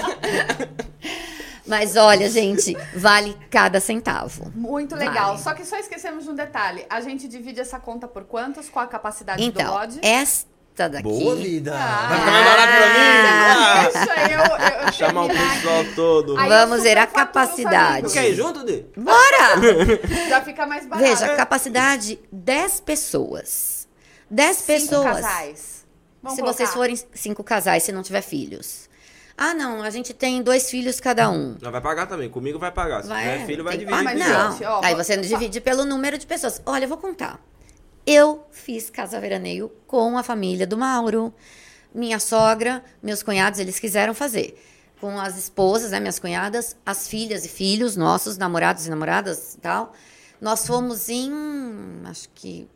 Mas olha, gente, vale cada centavo. Muito legal. Vale. Só que só esquecemos de um detalhe. A gente divide essa conta por quantos? Qual a capacidade do Então, lodge? esta daqui... Boa vida. Ah. Vai ficar mais barato pra mim? Deixa eu, eu, Ah, eu chamar o terminar pessoal todo. Aí eu Vamos ver a superfaturo os capacidade. amigos. Tu quer ir junto, Dê? Bora! Já fica mais barato. Veja, capacidade dez pessoas. dez Cinco pessoas. casais. Vamos se colocar. vocês forem cinco casais, se não tiver filhos. Ah, não, a gente tem dois filhos cada um. Não, vai pagar também. Comigo vai pagar. Se Vai, tiver filho, vai tem que dividir. pagar. Mas, Não, gente, ó, aí vou- você só- divide pelo número de pessoas. Olha, eu vou contar. Eu fiz casa veraneio com a família do Mauro. Minha sogra, meus cunhados, eles quiseram fazer. Com as esposas, né, minhas cunhadas, as filhas e filhos nossos, namorados e namoradas e tal. Nós fomos em, acho que,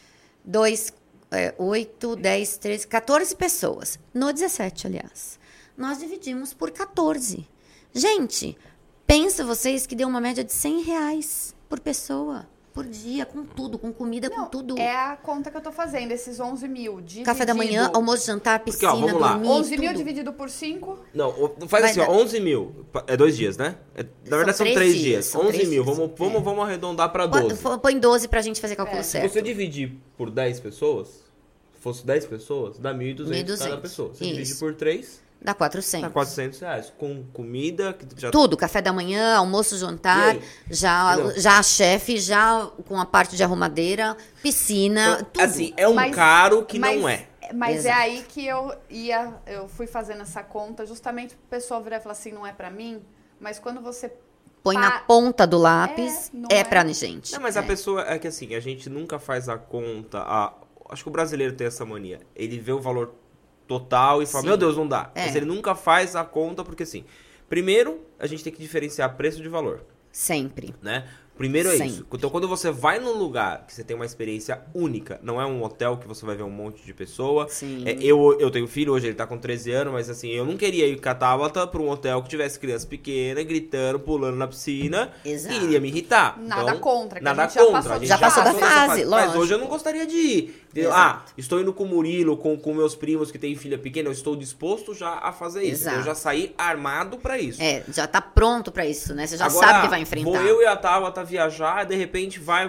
dois, é, oito, dez, treze, quatorze pessoas. No dezessete, aliás. Nós dividimos por quatorze. Gente, pensa vocês que deu uma média de cem reais por pessoa, por dia, com tudo, com comida, com Não, tudo. é a conta que eu tô fazendo, esses onze mil. Dividido... Café da manhã, almoço, jantar, Porque, piscina, ó, vamos lá. dormir, onze mil tudo. dividido por cinco. Não, o- faz Vai assim, ó, dar- onze mil. É dois dias, né? É- na verdade são três três dias, dias. são onze três mil. dias. Vamos, vamos, É. vamos arredondar pra Põe- doze. fo- Põe doze pra gente fazer cálculo É. Se certo. você dividir por dez pessoas, se fosse dez pessoas, dá mil e duzentos mil e duzentos, cada pessoa. Você isso. divide por três, Dá quatrocentos. dá quatrocentos reais. Com comida, que já Tudo, café da manhã, almoço, jantar, E aí? já, Não. já a chefe, já com a parte de arrumadeira, piscina, Então, tudo. assim, é um Mas- caro que mas, não é. Mas Exato. é aí que eu ia, eu fui fazendo essa conta justamente pro pessoal virar e falar assim, não é pra mim, mas quando você Põe pa- na ponta do lápis, É, não é, é? pra gente. Não, mas a pessoa é que assim, a gente nunca faz a conta. A, acho que o brasileiro tem essa mania. Ele vê o valor total e fala, Sim. meu Deus, não dá. É. Mas ele nunca faz a conta porque assim, primeiro, a gente tem que diferenciar preço de valor, Sempre. né? Primeiro é Sempre. isso. Então, quando você vai num lugar que você tem uma experiência única, não é um hotel que você vai ver um monte de pessoa. Sim. É, eu, eu tenho filho, hoje ele tá com treze anos, mas assim, eu não queria ir com a Tabata pra um hotel que tivesse criança pequena, gritando, pulando na piscina, Exato. e iria me irritar. Nada Então, contra, que a nada gente já contra. passou a gente Já passou da dessa fase, Mas lógico. hoje eu não gostaria de ir. Entendeu? Exato. Ah, estou indo com o Murilo, com, com meus primos que têm filha pequena, eu estou disposto já a fazer isso. Então, eu Exato. já saí armado pra isso. É, já tá pronto pra isso, né? Você já Agora, sabe que vai enfrentar. vou eu e a Tabata viajar, de repente vai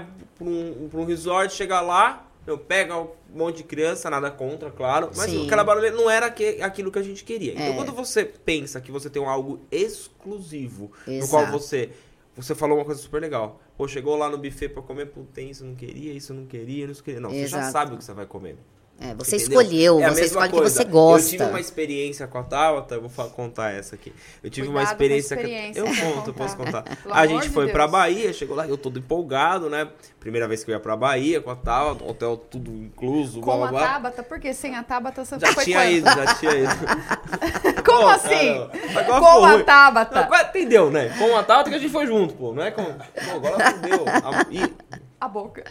pra um, pra um resort, chega lá, eu pego um monte de criança, nada contra, claro. Mas Sim. aquela barulheira não era que, aquilo que a gente queria. Então, É. quando você pensa que você tem um algo exclusivo, no Exato. qual você... Você falou uma coisa super legal. Pô, chegou lá no buffet pra comer, pô, tem isso, eu não queria, isso eu não queria, isso eu não queria. Não, você já Exato. sabe o que você vai comer. É, você Entendeu? escolheu, É a você mesma escolhe o que coisa. você gosta. Eu tive uma experiência com a Tabata, eu vou fa- contar essa aqui. Eu tive Cuidado uma experiência, com a experiência, que eu vou conto, eu posso contar. contar. Pelo A amor gente de foi Deus. pra Bahia, chegou lá, eu todo empolgado, né? Primeira vez que eu ia pra Bahia com a Tabata, hotel tudo incluso, blá Com blá a blá. Tabata, porque sem a Tabata você Já foi tinha quanto? ido, já tinha ido. Como Pô, assim? caramba. Agora Com ficou a ruim. Tabata. Não, agora entendeu, né? Com a Tabata que a gente foi junto, pô. Não é com... Pô, agora fudeu. A- e- A boca.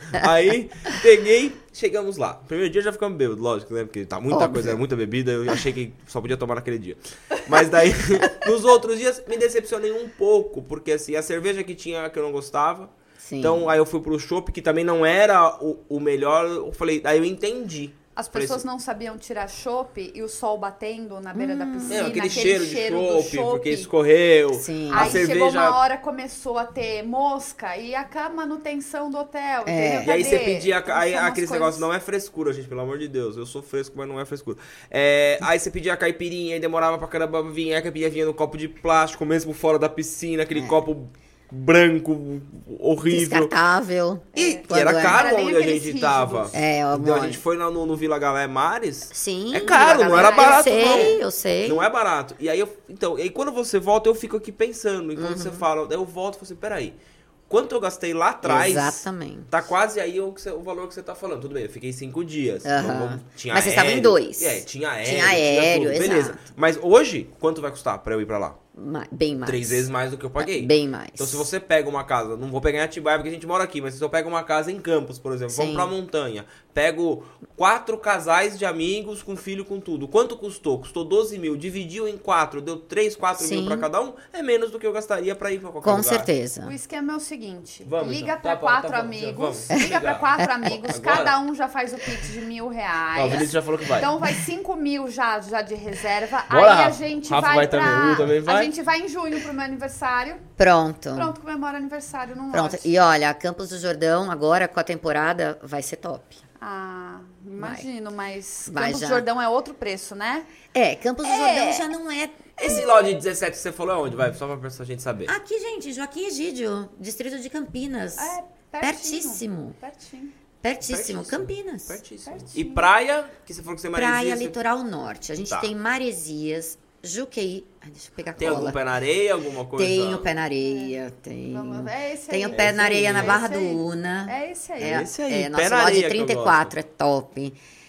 Aí, peguei, chegamos lá. Primeiro dia já ficamos bêbados, lógico, né? Porque tá muita Óbvio. coisa, é muita bebida, eu achei que só podia tomar naquele dia. Mas daí, nos outros dias, me decepcionei um pouco, porque assim, a cerveja que tinha que eu não gostava. Sim. Então, aí eu fui pro chopp, que também não era o, o melhor. Eu falei, aí eu entendi. As Falei pessoas assim, não sabiam tirar chopp e o sol batendo na beira da piscina. Meu, aquele, aquele cheiro, cheiro de do chopp, chopp. porque escorreu. Sim. A Aí chegou cerveja. uma hora, começou a ter mosca e a ca- manutenção do hotel, É. entendeu? E aí Cadê? você pedia, Então, aí são umas aquele coisas- negócio não é frescura, gente, pelo amor de Deus. Eu sou fresco, mas não é frescura. É, aí você pedia a caipirinha e demorava pra caramba pra vir, a caipirinha vinha no copo de plástico, mesmo fora da piscina, aquele copo branco, horrível. Descartável. E, Quando e era é. caro Era nem onde a aqueles gente tava. rígidos. É, ó, Entendeu? A amor. gente foi lá no, no Vila Galé Mares. Sim. É caro, não era galera, barato, Eu sei, não. eu sei. Não é barato. E aí eu. Então, e aí quando você volta, eu fico aqui pensando. E quando Uhum. você fala, eu volto e falo assim, peraí. Quanto eu gastei lá atrás? Exatamente. Tá quase aí o, que você- o valor que você tá falando. Tudo bem, eu fiquei cinco dias. Aham. Então, vamos- tinha Mas vocês estavam em aéreo. dois. É, tinha aéreo. Tinha aéreo, tudo, beleza. exato. Mas hoje, quanto vai custar pra eu ir pra lá? Ma- Bem mais. Três vezes mais do que eu paguei. Bem mais. Então, se você pega uma casa, não vou pegar em Atibaia porque a gente mora aqui, mas se eu pego uma casa em Campos, por exemplo, vamos Sim. pra montanha, pego quatro casais de amigos com filho, com tudo. Quanto custou? Custou doze mil. Dividiu em quatro, deu três, quatro mil Sim. pra cada um. É menos do que eu gastaria pra ir pra qualquer Com lugar. certeza. O esquema é o seguinte: Vamos, liga então. pra Tá bom, quatro tá bom, já amigos, vamos. liga Ligar. pra quatro amigos, Agora? cada um já faz o pix de mil reais. Ó, o Vinícius já falou que vai. Então vai cinco mil já, já de reserva. Bora, Aí a Rafa. gente Rafa vai, vai pra. também, Lu também vai. A gente vai em junho pro meu aniversário. Pronto. Pronto, comemora aniversário num Pronto. lote. E olha, Campos do Jordão, agora com a temporada, vai ser top. Ah, imagino, mas Vai Campos do já. Jordão é outro preço, né? É, Campos do Jordão já não é. Esse lote de dezessete que você falou é onde? Vai, só pra a gente saber. Aqui, gente, Joaquim Egídio, distrito de Campinas. É, pertinho. Pertíssimo. Pertinho. Pertíssimo. Campinas. Pertíssimo. Pertinho. E praia, que você falou que você Praia Maresias, você- Litoral Norte. A gente Tá. tem Maresias, Juqueí. Ai, deixa eu pegar Tem cola. algum pé na areia, alguma coisa? Tenho pé na areia, tenho. Vamos, é esse Tenho aí. pé Esse na areia aí, na é Barra esse do aí. Una. É esse aí. É, Esse aí, é, pé nosso na lote areia que eu trinta e quatro é top.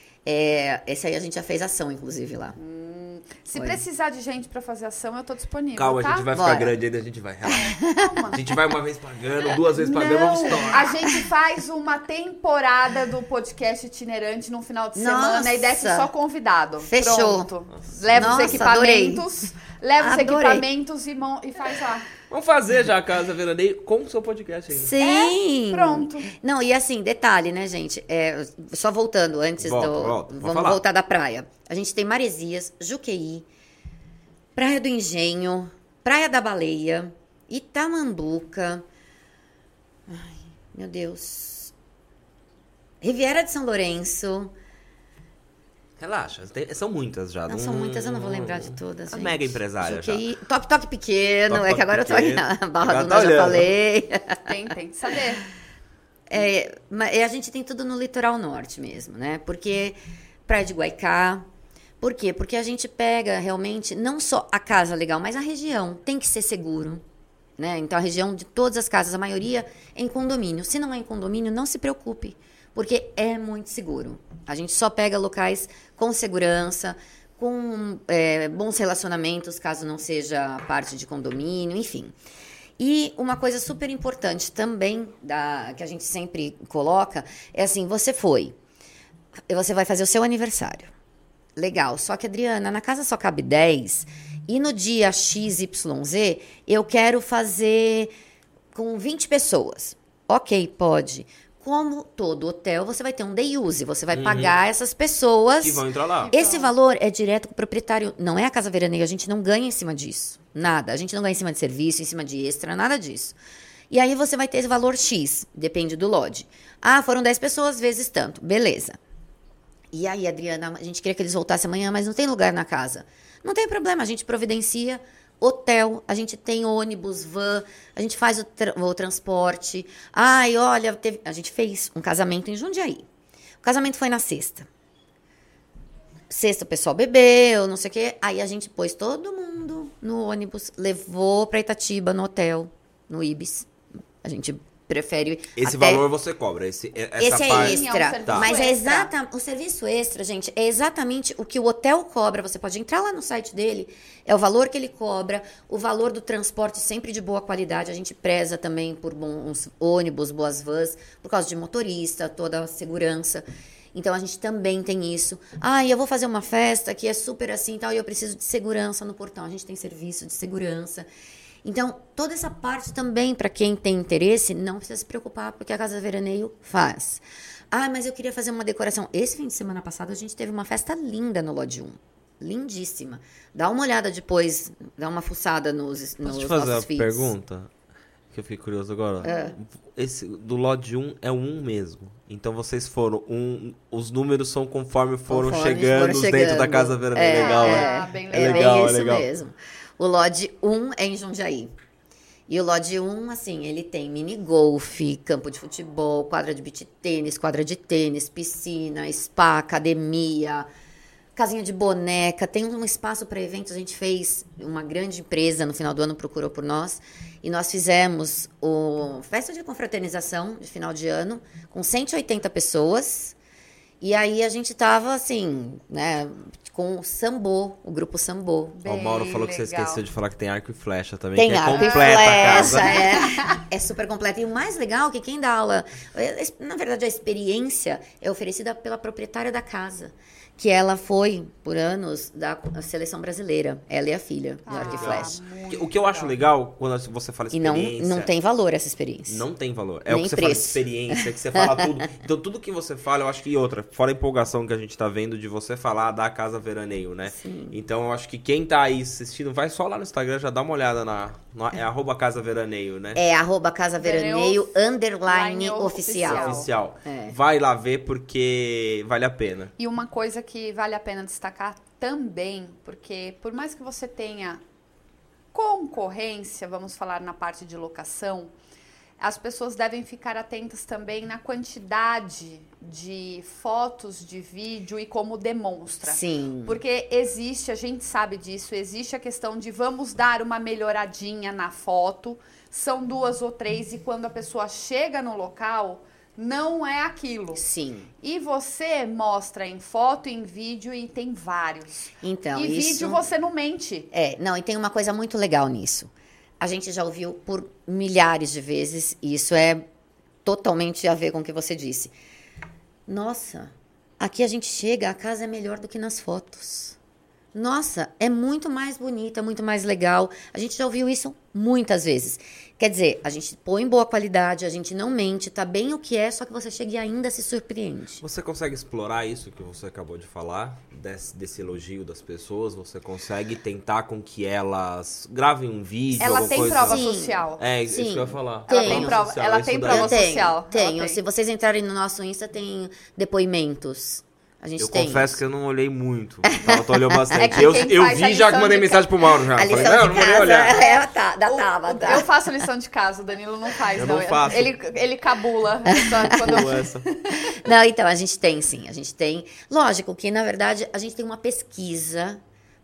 É, esse aí a gente já fez ação, inclusive, lá. Se Foi. precisar de gente pra fazer ação, eu tô disponível, Calma, tá? a gente vai Bora. ficar grande ainda, a gente vai. Relaxa. Calma. A gente vai uma vez pagando, duas vezes pagando, vamos Não, estourar. a gente faz uma temporada do podcast itinerante no final de semana Nossa. e desce só convidado. Fechou. Pronto. Leva Nossa, os equipamentos, leva os Adorei. equipamentos e, mon- e faz lá. Vamos fazer já a Casa Veraneio com o seu podcast ainda. Sim! Pronto. Não, e assim, detalhe, né, gente? É, só voltando antes Volta, do. volta, pode vamos falar. voltar da praia. A gente tem Maresias, Juqueí, Praia do Engenho, Praia da Baleia, Itamanduca. Ai, meu Deus. Riviera de São Lourenço. Relaxa, tem- são muitas já. Não, são muitas, eu não vou lembrar de todas. A gente. mega empresária Juqueí, Toque Toque Pequeno, Toque é que Toque agora eu tô Pequeno. aqui na Barra Agora do tá Una, já olhando. falei. Tem, tem que saber. É, mas a gente tem tudo no litoral norte mesmo, né? Porque Praia de Guaicá. Por quê? Porque a gente pega realmente não só a casa legal, mas a região. Tem que ser seguro, né? Então a região de todas as casas, a maioria é em condomínio. Se não é em condomínio, não se preocupe, porque é muito seguro. A gente só pega locais com segurança, com é, bons relacionamentos, caso não seja parte de condomínio, enfim. E uma coisa super importante também, da, que a gente sempre coloca, é assim, você foi, você vai fazer o seu aniversário. Legal, só que, Adriana, na casa só cabe dez, e no dia X Y Z, eu quero fazer com vinte pessoas. Ok, pode. Como todo hotel, você vai ter um day use, você vai pagar essas pessoas. Que vão entrar lá. Esse valor é direto com o proprietário, não é a casa veraneia, a gente não ganha em cima disso. Nada. A gente não ganha em cima de serviço, em cima de extra, nada disso. E aí você vai ter esse valor X, depende do lodge. Ah, foram dez pessoas vezes tanto, beleza. E aí, Adriana, a gente queria que eles voltassem amanhã, mas não tem lugar na casa. Não tem problema, a gente providencia hotel, a gente tem ônibus, van, a gente faz o, tra o transporte. Ai, olha, teve... a gente fez um casamento em Jundiaí. O casamento foi na sexta. Sexta o pessoal bebeu, não sei o quê. Aí a gente pôs todo mundo no ônibus, levou para Itatiba, no hotel, no Ibis. A gente prefere... Esse até... valor você cobra, esse, essa esse é parte... extra, Sim, é um tá. Mas é extra. exata, o serviço extra, gente, é exatamente o que o hotel cobra. Você pode entrar lá no site dele, é o valor que ele cobra, o valor do transporte sempre de boa qualidade. A gente preza também por bons ônibus, boas vans, por causa de motorista, toda a segurança. Então, a gente também tem isso. Ah, e eu vou fazer uma festa que é super assim e tal, e eu preciso de segurança no portão. A gente tem serviço de segurança. Então, toda essa parte também, para quem tem interesse, não precisa se preocupar, porque a Casa Veraneio faz. Ah, mas eu queria fazer uma decoração. Esse fim de semana passado, a gente teve uma festa linda no Lodge um. Lindíssima. Dá uma olhada depois, dá uma fuçada nos, Posso nos te fazer uma nossos feeds. pergunta? Que eu fiquei curioso agora. É. Esse do Lodge um é um mesmo. Então vocês foram um. Os números são conforme foram, Conforme chegando, foram chegando. dentro da Casa Veraneio. É, legal, é, né? Ah, bem É, É legal. legal, bem é isso legal. mesmo. O Lodge um é em Jundiaí. E o Lodge um, assim, ele tem mini golf, campo de futebol, quadra de beach tênis, quadra de tênis, piscina, spa, academia, casinha de boneca. Tem um espaço para eventos. A gente fez, uma grande empresa no final do ano procurou por nós. E nós fizemos o festa de confraternização de final de ano com cento e oitenta pessoas. E aí a gente tava assim, né, com o Sambô, o grupo Sambô. Ó, o Mauro falou que você legal. esqueceu de falar que tem arco e flecha também. Tem que é arco e completa a casa. flecha, é, é super completa. E o mais legal é que quem dá aula, na verdade a experiência é oferecida pela proprietária da casa, que ela foi, por anos, da seleção brasileira. Ela e a filha, do arco e flecha. muito O que eu acho legal, quando você fala E não, experiência... não tem valor essa experiência. Não tem valor. É Nem o que você preço. fala de experiência, que você fala tudo. Então, tudo que você fala, eu acho que... E outra, fora a empolgação que a gente tá vendo de você falar da Casa Veraneio, né? Sim. Então, eu acho que quem tá aí assistindo, vai só lá no Instagram, já dá uma olhada na... na é arroba Casa Veraneio, né? É arroba Casa Veraneio, underline Line oficial. Oficial. É. Vai lá ver, porque vale a pena. E uma coisa que vale a pena destacar também, porque por mais que você tenha concorrência, vamos falar na parte de locação, as pessoas devem ficar atentas também na quantidade de fotos, de vídeo e como demonstra. Sim. Porque existe, a gente sabe disso, existe a questão de vamos dar uma melhoradinha na foto, são duas ou três e quando a pessoa chega no local, não é aquilo. Sim. E você mostra em foto, em vídeo e tem vários. Então, e isso... vídeo você não mente. É, não, e tem uma coisa muito legal nisso. A gente já ouviu por milhares de vezes, e isso é totalmente a ver com o que você disse. Nossa, aqui a gente chega, a casa é melhor do que nas fotos. Nossa, é muito mais bonita, muito mais legal. A gente já ouviu isso muitas vezes. Quer dizer, a gente põe boa qualidade, a gente não mente, tá bem o que é, só que você chega e ainda se surpreende. Você consegue explorar isso que você acabou de falar, desse, desse elogio das pessoas? Você consegue tentar com que elas gravem um vídeo, Ela alguma tem coisa? prova Sim. social. É, isso Sim. que eu ia falar. Ela tem Prova prova- social, ela isso tem daí. prova Eu tenho, social. Ela tenho. tem. Se vocês entrarem no nosso Insta, tem depoimentos. A gente Eu tem. confesso que eu não olhei muito. Tava, tô olhando bastante. É que eu quem eu faz a vi já que lição mandei de mensagem pro Mauro já. A Falei, lição não, de não vou nem casa olhar. é, tá, da O- tava, o- tá. Eu faço lição de casa, o Danilo não faz. Eu não não. faço. Ele, ele cabula. Só quando eu- Essa. Não, então, a gente tem sim, a gente tem. Lógico que, na verdade, a gente tem uma pesquisa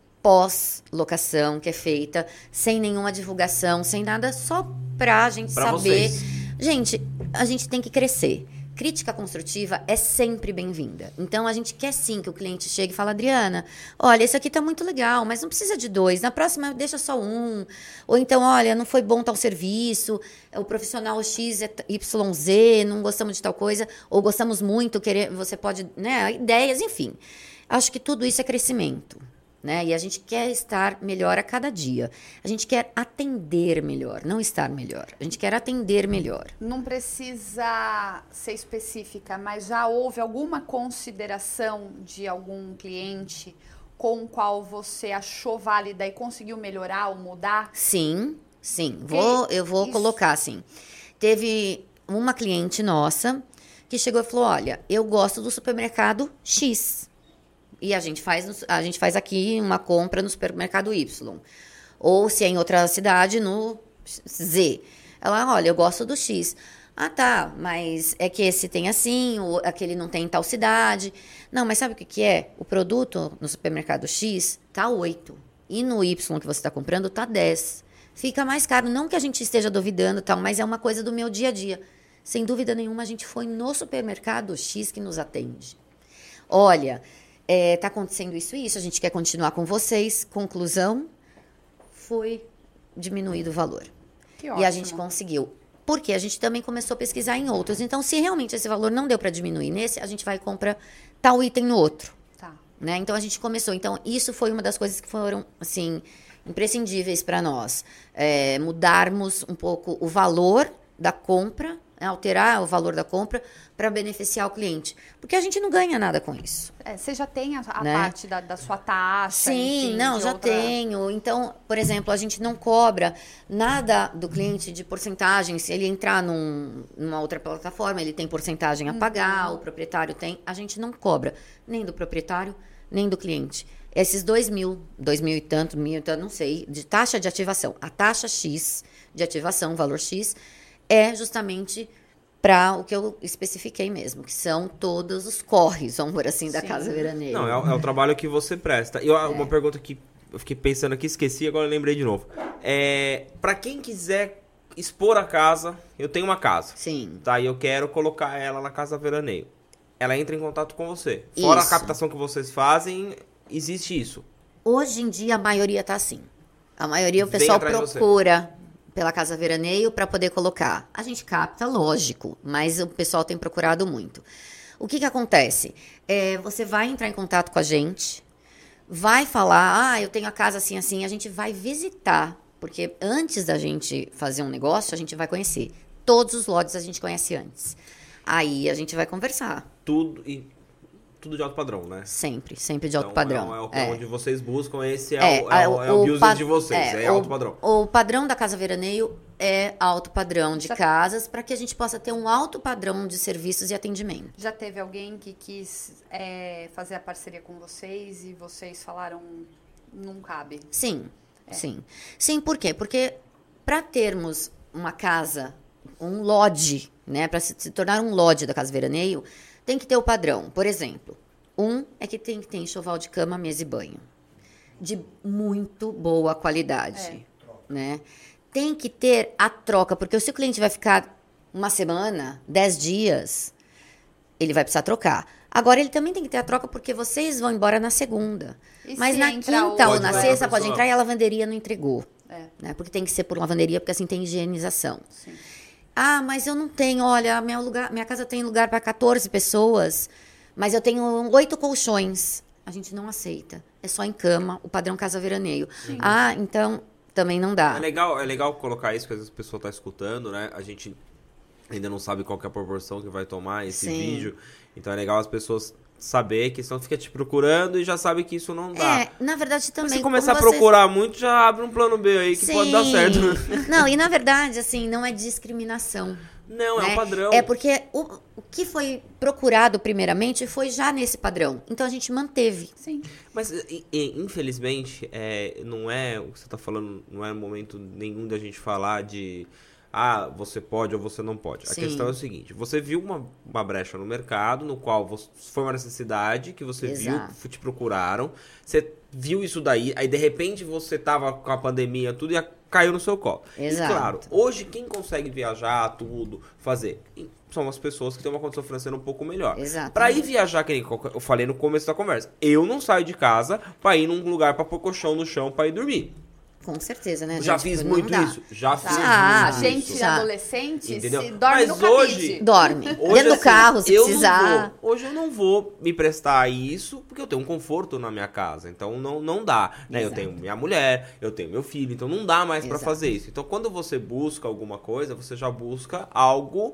pós-locação que é feita sem nenhuma divulgação, sem nada, só pra gente Pra saber. vocês. Gente, a gente tem que crescer. Crítica construtiva é sempre bem-vinda. Então, a gente quer sim que o cliente chegue e fale, Adriana, olha, esse aqui tá muito legal, mas não precisa de dois. Na próxima, deixa só um. Ou então, olha, não foi bom tal serviço, o profissional X é Y Z, não gostamos de tal coisa, ou gostamos muito, querer, você pode, né, ideias, enfim. Acho que tudo isso é crescimento. Né? E a gente quer estar melhor a cada dia. A gente quer atender melhor, não estar melhor. A gente quer atender melhor. Não precisa ser específica, mas já houve alguma consideração de algum cliente com o qual você achou válida e conseguiu melhorar ou mudar? Sim, sim. Vou, eu vou isso- colocar assim. teve uma cliente nossa que chegou e falou, olha, eu gosto do supermercado X. E a gente faz, a gente faz aqui uma compra no supermercado Y. Ou se é em outra cidade, no Z. Ela, olha, eu gosto do X. Ah, tá, mas é que esse tem assim, ou aquele não tem em tal cidade. Não, mas sabe o que, que é? O produto no supermercado X tá oito. E no Y que você está comprando tá dez. Fica mais caro. Não que a gente esteja duvidando, tal, mas é uma coisa do meu dia a dia. Sem dúvida nenhuma, a gente foi no supermercado X que nos atende. Olha, é, tá acontecendo isso e isso, a gente quer continuar com vocês. Conclusão, foi diminuído o valor. Que e ótimo. a gente conseguiu. Porque a gente também começou a pesquisar em outros. Então, se realmente esse valor não deu para diminuir nesse, a gente vai e compra tal item no outro. Tá. Né? Então, a gente começou. Então, isso foi uma das coisas que foram, assim, imprescindíveis para nós. É, mudarmos um pouco o valor da compra, alterar o valor da compra para beneficiar o cliente. Porque a gente não ganha nada com isso. É, você já tem a, a Né? parte da, da sua taxa? Sim, enfim, não, de já outra... tenho. Então, por exemplo, a gente não cobra nada do cliente de porcentagem. Se ele entrar num, numa outra plataforma, ele tem porcentagem a pagar, Uhum. o proprietário tem. A gente não cobra nem do proprietário, nem do cliente. Esses dois mil, dois mil e tanto, mil e tanto, não sei, de taxa de ativação. A taxa X de ativação, valor X, é justamente para o que eu especifiquei mesmo, que são todos os corres, vamos por assim, da Sim. Casa Veraneio. Não, é, o- é o trabalho que você presta. E eu- uma pergunta que eu fiquei pensando aqui, esqueci, agora eu lembrei de novo. É, para quem quiser expor a casa, eu tenho uma casa, Sim. tá? E eu quero colocar ela na Casa Veraneio. Ela entra em contato com você. Fora Isso. a captação que vocês fazem, existe isso. Hoje em dia, a maioria tá assim. A maioria, o Vem pessoal atrás de você. procura pela Casa Veraneio para poder colocar. A gente capta, lógico, mas o pessoal tem procurado muito. O que que acontece? É, você vai entrar em contato com a gente, vai falar, ah, eu tenho a casa assim, assim, a gente vai visitar, porque antes da gente fazer um negócio, a gente vai conhecer. Todos os lotes a gente conhece antes. Aí a gente vai conversar. Tudo e tudo de alto padrão, né? Sempre, sempre de alto Então, padrão. É, o- É. onde vocês buscam, esse é, É, o, é, o, é o business pa- de vocês, é, o- alto padrão. O padrão da Casa Veraneio é alto padrão de Já- casas para que a gente possa ter um alto padrão de serviços e atendimento. Já teve alguém que quis é, fazer a parceria com vocês e vocês falaram, não cabe? Sim, sim. Sim, por quê? Porque para termos uma casa, um lodge, né, para se, se tornar um lodge da Casa Veraneio, tem que ter o padrão. Por exemplo, um é que tem que ter enxoval de cama, mesa e banho. De muito boa qualidade, né? Tem que ter a troca, porque se o cliente vai ficar uma semana, dez dias, ele vai precisar trocar. Agora, ele também tem que ter a troca porque vocês vão embora na segunda. E Mas se na entra quinta outro? ou na Pode sexta entrar pode pessoa. entrar e a lavanderia não entregou. É, Né? Porque tem que ser por lavanderia, porque assim tem higienização. sim. Ah, mas eu não tenho, olha, minha, lugar, minha casa tem lugar para quatorze pessoas, mas eu tenho oito colchões. A gente não aceita. É só em cama, o padrão Casa Veraneio. Ah, então também não dá. É legal, é legal colocar isso, que às vezes a pessoa tá escutando, né? A gente ainda não sabe qual que é a proporção que vai tomar esse Sim. vídeo. Então é legal as pessoas saber que senão fica te procurando e já sabe que isso não dá. É, na verdade Se também. você começar a como vocês- procurar muito, já abre um plano B aí que Sim. pode dar certo. Não, e na verdade, assim, não é discriminação. Não, é né? o padrão. É porque o, o que foi procurado primeiramente foi já nesse padrão. Então a gente manteve. Sim. Mas, e- e, infelizmente, é, não é o que você tá falando, não é momento nenhum da gente falar de ah, você pode ou você não pode. A Sim. questão é o seguinte, você viu uma, uma brecha no mercado, no qual você, foi uma necessidade que você Exato. viu, te procuraram, você viu isso daí, aí de repente você tava com a pandemia, tudo, e a- caiu no seu colo. Exato. E claro, hoje quem consegue viajar, tudo, fazer, são as pessoas que têm uma condição financeira um pouco melhor. Exatamente. Pra ir viajar, que nem eu falei no começo da conversa, eu não saio de casa pra ir num lugar pra pôr colchão no chão pra ir dormir. Com certeza, né? Já gente? fiz Não muito dá. isso. Já fiz Ah, muito Gente isso. Já. adolescente Entendeu? se dorme Mas no cabide. hoje- Dorme. Hoje, Dentro do assim, carro, se eu precisar. não vou, hoje eu não vou me prestar isso, porque eu tenho um conforto na minha casa. Então não, não dá. Né? Eu Exato. tenho minha mulher, eu tenho meu filho, então não dá mais pra Exato. fazer isso. Então quando você busca alguma coisa, você já busca algo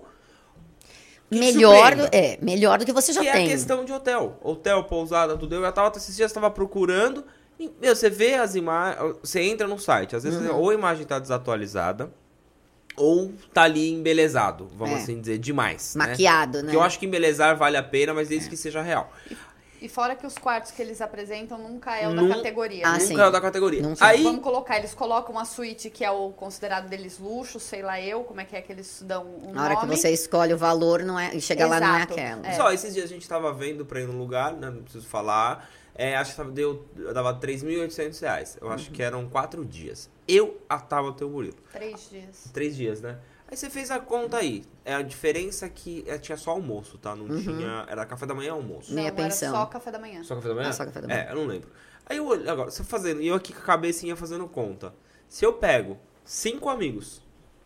que Melhor, surpreenda. do, é, melhor do que você já Que é tem. a questão de hotel. Hotel, pousada, tudo. Eu já tava, esses dias tava procurando. E, meu, você vê as imagens. Você entra no site. Às vezes Uhum. ou a imagem tá desatualizada, ou tá ali embelezado, vamos É. assim dizer, demais. Maquiado, né? Porque eu acho que embelezar vale a pena, mas desde que seja real. E fora que os quartos que eles apresentam nunca é o Num- da categoria. Ah, né? sim. Nunca é o da categoria. Não são. Aí, Vamos colocar, eles colocam a suíte que é o considerado deles luxo, sei lá eu, como é que é que eles dão um Na hora que nome. você escolhe o valor não é, e chega lá não é Exato. aquela. É. só, esses dias a gente tava vendo pra ir num lugar, né, não preciso falar, é, acho que tava, deu, dava três mil e oitocentos reais. Eu acho que eram quatro dias. Eu atava o teu Murilo. Três dias. Três dias, né? Aí você fez a conta aí. É a diferença que é, tinha só almoço, tá? Não tinha... Era café da manhã e almoço. Meia não, pensão. era só café da manhã. Só café da manhã? Ah, só café da manhã. É, eu não lembro. Aí eu olhei, agora, você fazendo, e eu aqui com a cabecinha fazendo conta. Se eu pego cinco amigos,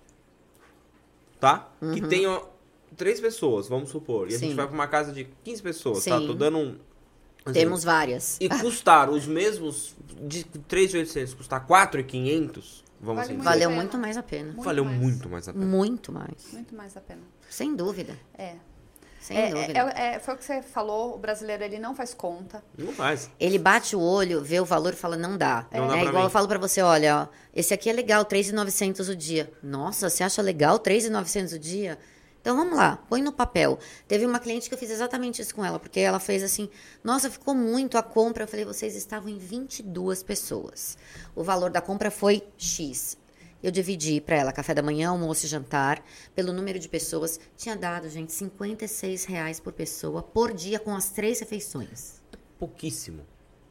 tá? Que tenham três pessoas, vamos supor. E a Sim. gente vai pra uma casa de quinze pessoas, tá? Sim. Tô dando um... assim, Temos várias. E custar os mesmos, de três mil e oitocentos, custar quatro mil e quinhentos, vamos Vale assim muito dizer. Valeu pena. muito mais a pena. Muito Valeu mais. muito mais a pena. Muito mais. Muito mais a pena. Sem dúvida. É. Sem É, dúvida. é, é, foi o que você falou, o brasileiro ele não faz conta. Não faz. Ele bate o olho, vê o valor e fala, não dá. Não dá é pra igual mim. eu falo pra você, olha, ó, esse aqui é legal, três mil e novecentos o dia. Nossa, você acha legal três mil e novecentos o dia? Então vamos lá, põe no papel. Teve uma cliente que eu fiz exatamente isso com ela, porque ela fez assim, nossa, ficou muito a compra. Eu falei, vocês estavam em vinte e duas pessoas. O valor da compra foi X. Eu dividi para ela café da manhã, almoço e jantar, pelo número de pessoas. Tinha dado, gente, cinquenta e seis reais por pessoa, por dia, com as três refeições, Pouquíssimo.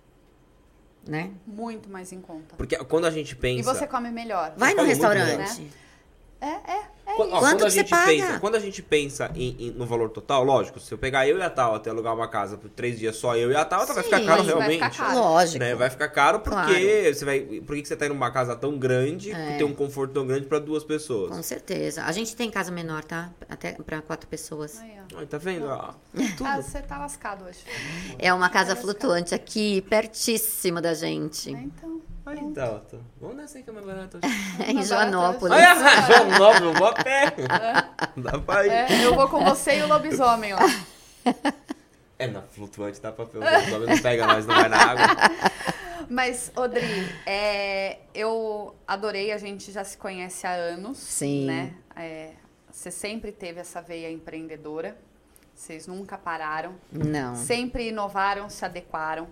né? Muito mais em conta. Porque quando a gente pensa... E você come melhor. Vai no come muito restaurante. melhor. É, é, é Quando, ó, Quanto quando a que você gente paga? pensa, quando a gente pensa em, em- no valor total, lógico, se eu pegar eu e a Tal até alugar uma casa por três dias só eu e a Tal, vai Sim, ficar caro mas vai realmente. ficar caro. Lógico. Né? Vai ficar caro porque Claro. você vai, por que que você tá indo numa casa tão grande, É. que tem um conforto tão grande pra duas pessoas? Com certeza. A gente tem casa menor, tá? Até para quatro pessoas. Aí, ó. Ai, tá vendo? Ó, tudo. Ah, você tá lascado hoje. É uma casa flutuante aqui, pertíssimo da gente. É, então. Aí, Dalton. Vamos nessa aí que é mais barato. É em Joanópolis. Olha, Joanópolis, eu vou a pé. Dá pra ir. É, eu vou com você e o lobisomem, ó. É, na flutuante dá pra ver. O lobisomem não pega nós, não vai na água. Mas, Odri, é, eu adorei, a gente já se conhece há anos. Sim. Né? É, você sempre teve essa veia empreendedora. Vocês nunca pararam. Não. Sempre inovaram, se adequaram.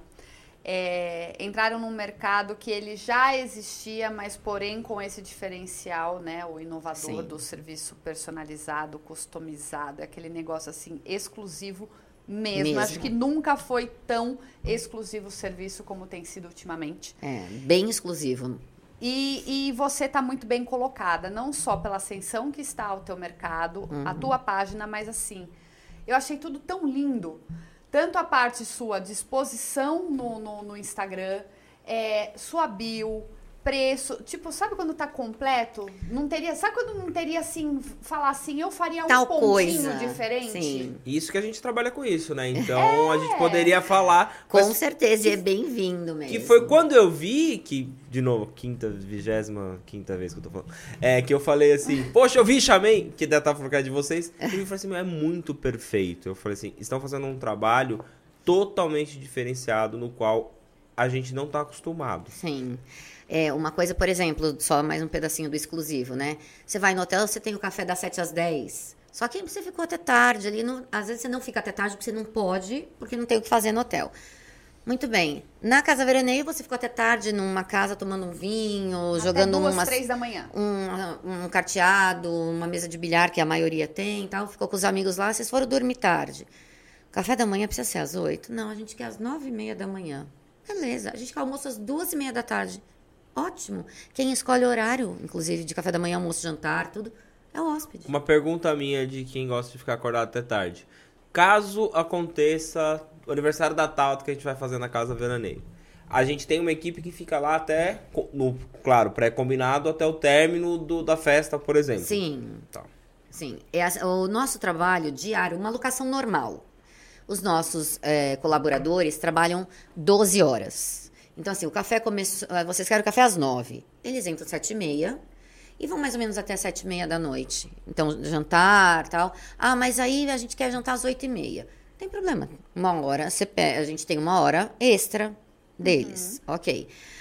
É, entraram num mercado que ele já existia, mas porém com esse diferencial, né? O inovador Sim. do serviço personalizado, customizado, aquele negócio assim, exclusivo mesmo. Mesmo. Acho que nunca foi tão exclusivo o serviço como tem sido ultimamente. É, bem exclusivo. E, e você está muito bem colocada, não só pela ascensão que está ao teu mercado, a tua página, mas assim, eu achei tudo tão lindo. Tanto a parte sua disposição no, no, no Instagram, é, sua bio, preço. Tipo, sabe quando tá completo? Não teria. Sabe quando não teria assim, falar assim, eu faria um Tal pontinho coisa. diferente? Sim. Isso que a gente trabalha com isso, né? Então a gente poderia falar. Com mas certeza, e é bem-vindo mesmo. que foi quando eu vi que, de novo, quinta, vigésima, quinta vez que eu tô falando, é que eu falei assim, poxa, eu vi, chamei, que deve estar falando que é de vocês, e eu falei assim, meu, é muito perfeito. Eu falei assim, estão fazendo um trabalho totalmente diferenciado, no qual a gente não tá acostumado. Sim. É, uma coisa, por exemplo, só mais um pedacinho do exclusivo, né? Você vai no hotel, você tem o café das sete às dez. Só que você ficou até tarde ali. Não, às vezes você não fica até tarde porque você não pode, porque não tem o que fazer no hotel. Muito bem. Na Casa Veraneio, você ficou até tarde numa casa tomando um vinho, Até jogando duas, umas, três da manhã. um, um carteado, uma mesa de bilhar, que a maioria tem e tal. Ficou com os amigos lá, vocês foram dormir tarde. Café da manhã precisa ser às oito? Não, a gente quer às nove e meia da manhã. Beleza. A gente quer almoço às duas e meia da tarde. Ótimo. Quem escolhe o horário, inclusive de café da manhã, almoço, jantar, tudo, é o hóspede. Uma pergunta minha de quem gosta de ficar acordado até tarde. Caso aconteça o aniversário da Tauta que a gente vai fazer na Casa Veraneio, a gente tem uma equipe que fica lá até, no, claro, pré-combinado, até o término do, da festa, por exemplo. Sim, Tá. sim. É a- o nosso trabalho diário, uma locação normal. Os nossos eh, colaboradores trabalham doze horas. Então, assim, o café começou... eh, Vocês querem o café às nove. Eles entram às sete e meia e vão mais ou menos até sete e meia da noite. Então, jantar e tal. Ah, mas aí a gente quer jantar às oito e meia. Não tem problema. Uma hora, você pe- a gente tem uma hora extra deles. Ok.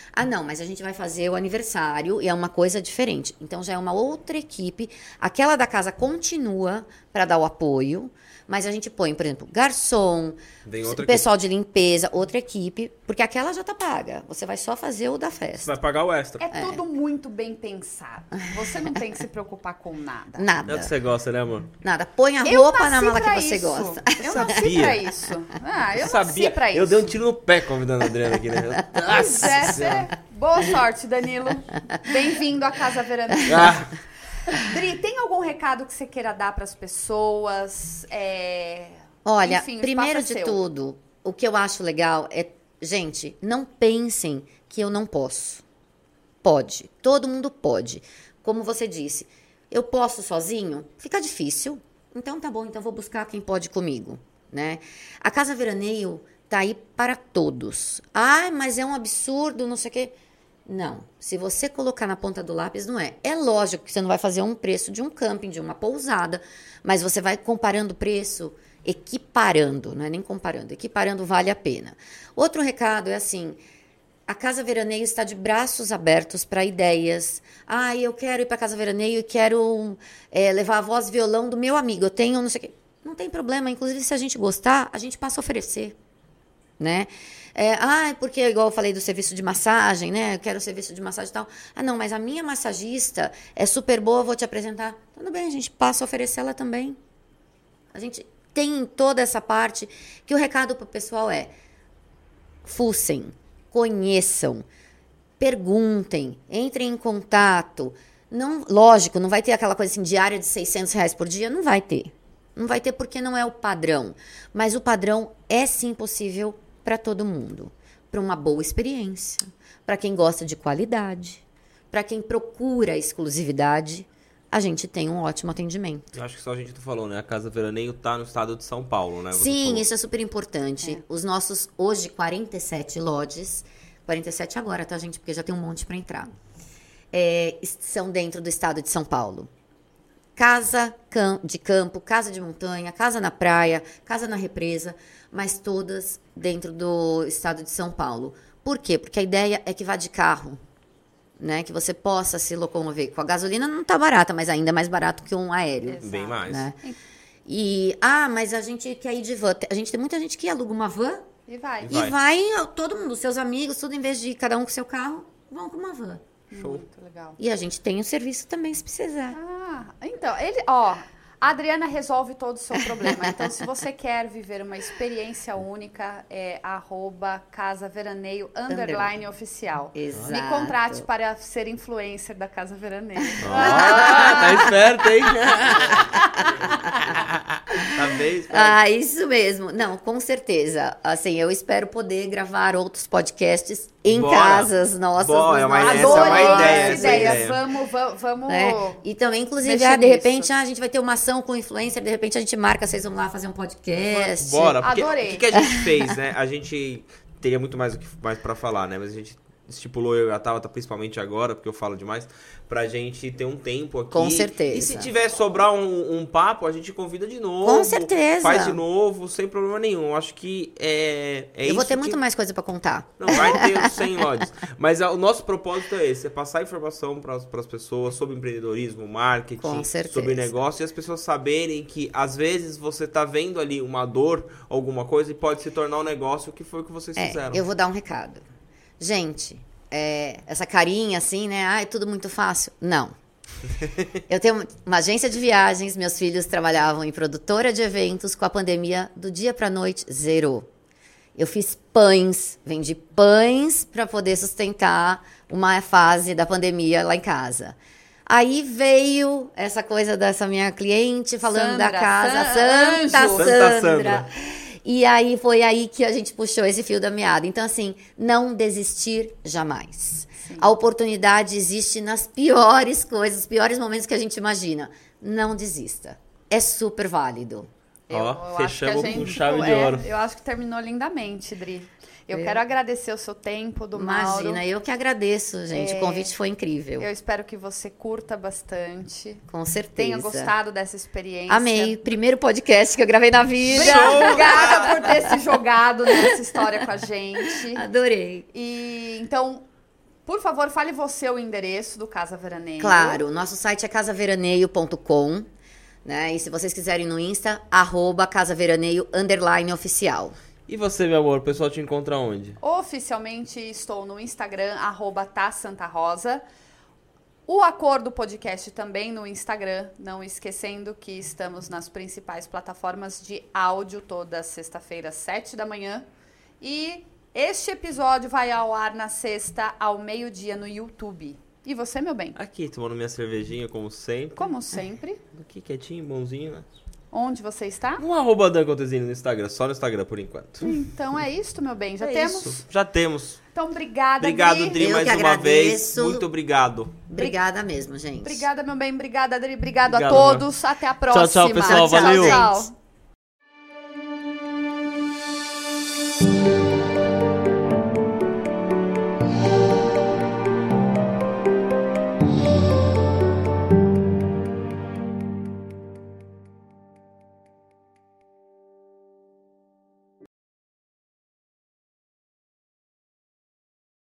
Ah, não, mas a gente vai fazer o aniversário e é uma coisa diferente. Então já é uma outra equipe. Aquela da casa continua para dar o apoio, mas a gente põe, por exemplo, garçom, pessoal equipe. de limpeza, outra equipe, porque aquela já tá paga. Você vai só fazer o da festa. Você vai pagar o extra. É, é tudo muito bem pensado. Você não tem que se preocupar com nada. Nada. É o que você gosta, né, amor? Nada. Põe a roupa na mala que você isso. gosta. Eu nasci pra isso. Ah, eu, eu sabia. nasci pra isso. Eu dei um tiro no pé convidando a Adriana aqui, né? Pois é, é. Boa sorte, Danilo. Bem-vindo à Casa Veraneio. Ah. Dri, tem algum recado que você queira dar para as pessoas? É... Olha, Enfim, primeiro de seu. tudo, o que eu acho legal é, gente, não pensem que eu não posso. Pode, todo mundo pode. Como você disse, eu posso sozinho? Fica difícil. Então tá bom, então vou buscar quem pode comigo, né? A Casa Veraneio tá aí para todos. Ai, mas é um absurdo, não sei o quê. Não, se você colocar na ponta do lápis, não é. É lógico que você não vai fazer um preço de um camping, de uma pousada, mas você vai comparando o preço, equiparando, não é nem comparando, equiparando vale a pena. Outro recado é assim, a Casa Veraneio está de braços abertos para ideias. Ah, eu quero ir para a Casa Veraneio e quero é, levar a voz e violão do meu amigo, eu tenho não sei o quê. Não tem problema, inclusive se a gente gostar, a gente passa a oferecer. Né? É, ah, porque igual eu falei do serviço de massagem, né? Eu quero serviço de massagem e tal. Ah, não, mas a minha massagista é super boa, vou te apresentar. Tudo bem, a gente passa a oferecer ela também. A gente tem toda essa parte que o recado pro pessoal é: fuçem, conheçam, perguntem, entrem em contato. Não, lógico, não vai ter aquela coisa assim, diária de seiscentos reais por dia, não vai ter. Não vai ter porque não é o padrão. Mas o padrão é sim possível para todo mundo. Para uma boa experiência. Para quem gosta de qualidade. Para quem procura exclusividade. A gente tem um ótimo atendimento. Eu acho que só a gente não falou, né? A Casa Veraneio tá no estado de São Paulo, né? Você sim, falou. Isso é super importante. É. Os nossos, hoje, quarenta e sete lodges. quarenta e sete agora, tá, gente? Porque já tem um monte para entrar. É, são dentro do estado de São Paulo. Casa de campo, casa de montanha, casa na praia, casa na represa, mas todas dentro do estado de São Paulo. Por quê? Porque a ideia é que vá de carro, né? Que você possa se locomover. Com a gasolina não tá barata, mas ainda é mais barato que um aéreo. Exato. Bem mais. Né? E, ah, mas a gente quer ir de van. A gente tem muita gente que aluga uma van. E vai. E vai, e vai todo mundo, seus amigos, tudo, em vez de ir cada um com seu carro, vão com uma van. Show. Muito legal. E a gente tem o serviço também, se precisar. Ah, então, ele, ó, a Adriana resolve todo o seu problema. Então, se você quer viver uma experiência única, é arroba Casa Veraneio underline oficial. Exato. Me contrate para ser influencer da Casa Veraneio. Ah, tá esperto, hein? Tá bem esperto. Ah, isso mesmo. Não, com certeza. Assim, eu espero poder gravar outros podcasts em Bora. casas nossas. Boa, é uma, essa é Adorei uma ideia. essa Essa ideia. ideia. Vamos, vamos, vamos. Né? E também, inclusive, mexer ah, de nisso. repente, ah, a gente vai ter uma ação com influencer, de repente a gente marca, vocês vão lá fazer um podcast. Bora, porque Adorei. o que, que a gente fez, né? A gente teria muito mais o que mais para falar, né? Mas a gente estipulou, eu e a Tabata, principalmente agora, porque eu falo demais, pra gente ter um tempo aqui. Com certeza. E se tiver sobrar um, um papo, a gente convida de novo. Com certeza. Faz de novo, sem problema nenhum. Eu acho que é, é eu isso vou ter que... muito mais coisa pra contar. Não, vai ter os cem lodges. Mas a, o nosso propósito é esse, é passar informação para as pessoas sobre empreendedorismo, marketing, Com certeza. sobre negócio, e as pessoas saberem que, às vezes, você tá vendo ali uma dor, alguma coisa, e pode se tornar um negócio, que foi o que vocês É, fizeram. eu vou dar um recado. Gente, é, essa carinha assim, né? Ah, é tudo muito fácil. Não. Eu tenho uma agência de viagens, meus filhos trabalhavam em produtora de eventos, com a pandemia, do dia pra noite, zerou. Eu fiz pães, vendi pães para poder sustentar uma fase da pandemia lá em casa. Aí veio essa coisa dessa minha cliente falando Sandra, da casa, San- Santa Anjo. Sandra. Santa Sandra. E aí foi aí que a gente puxou esse fio da meada. Então, assim, não desistir jamais. Sim. A oportunidade existe nas piores coisas, nos piores momentos que a gente imagina. Não desista. É super válido. Ó, Eu fechamos acho que a com gente- chave de é, ouro. Eu acho que terminou lindamente, Dri. Eu Eu- quero agradecer o seu tempo, do Mauro. Imagina, eu que agradeço, gente. É, O convite foi incrível. Eu espero que você curta bastante. Com certeza. Tenha gostado dessa experiência. Amei. Primeiro podcast que eu gravei na vida. Obrigada por ter se jogado nessa história com a gente. Adorei. E então, Por favor, fale você o endereço do Casa Veraneio. Claro, nosso site é casa veraneio ponto com, né? E se vocês quiserem no Insta, arroba casaveraneio underline oficial. E você, meu amor, o pessoal te encontra onde? Oficialmente estou no Instagram, arroba tasantarosa. O Acordo Podcast também no Instagram, não esquecendo que estamos nas principais plataformas de áudio toda sexta-feira, sete da manhã. E este episódio vai ao ar na sexta, ao meio-dia, no YouTube. E você, meu bem? Aqui, tomando minha cervejinha, como sempre. Como sempre. Aqui, quietinho, bonzinho, né? Onde você está? No arroba Dan Contesini no Instagram, só no Instagram por enquanto. Então é isso, meu bem. Já é temos? Isso. Já temos. Então, obrigada, Obrigado, Dri. Dri, Eu mais que uma agradeço. vez. Muito obrigado. Obrigada mesmo, gente. Obrigada, meu bem. Obrigada, Adri. Obrigado Obrigado, a todos. Até a próxima. tchau, pessoal. Tchau, Valeu. tchau.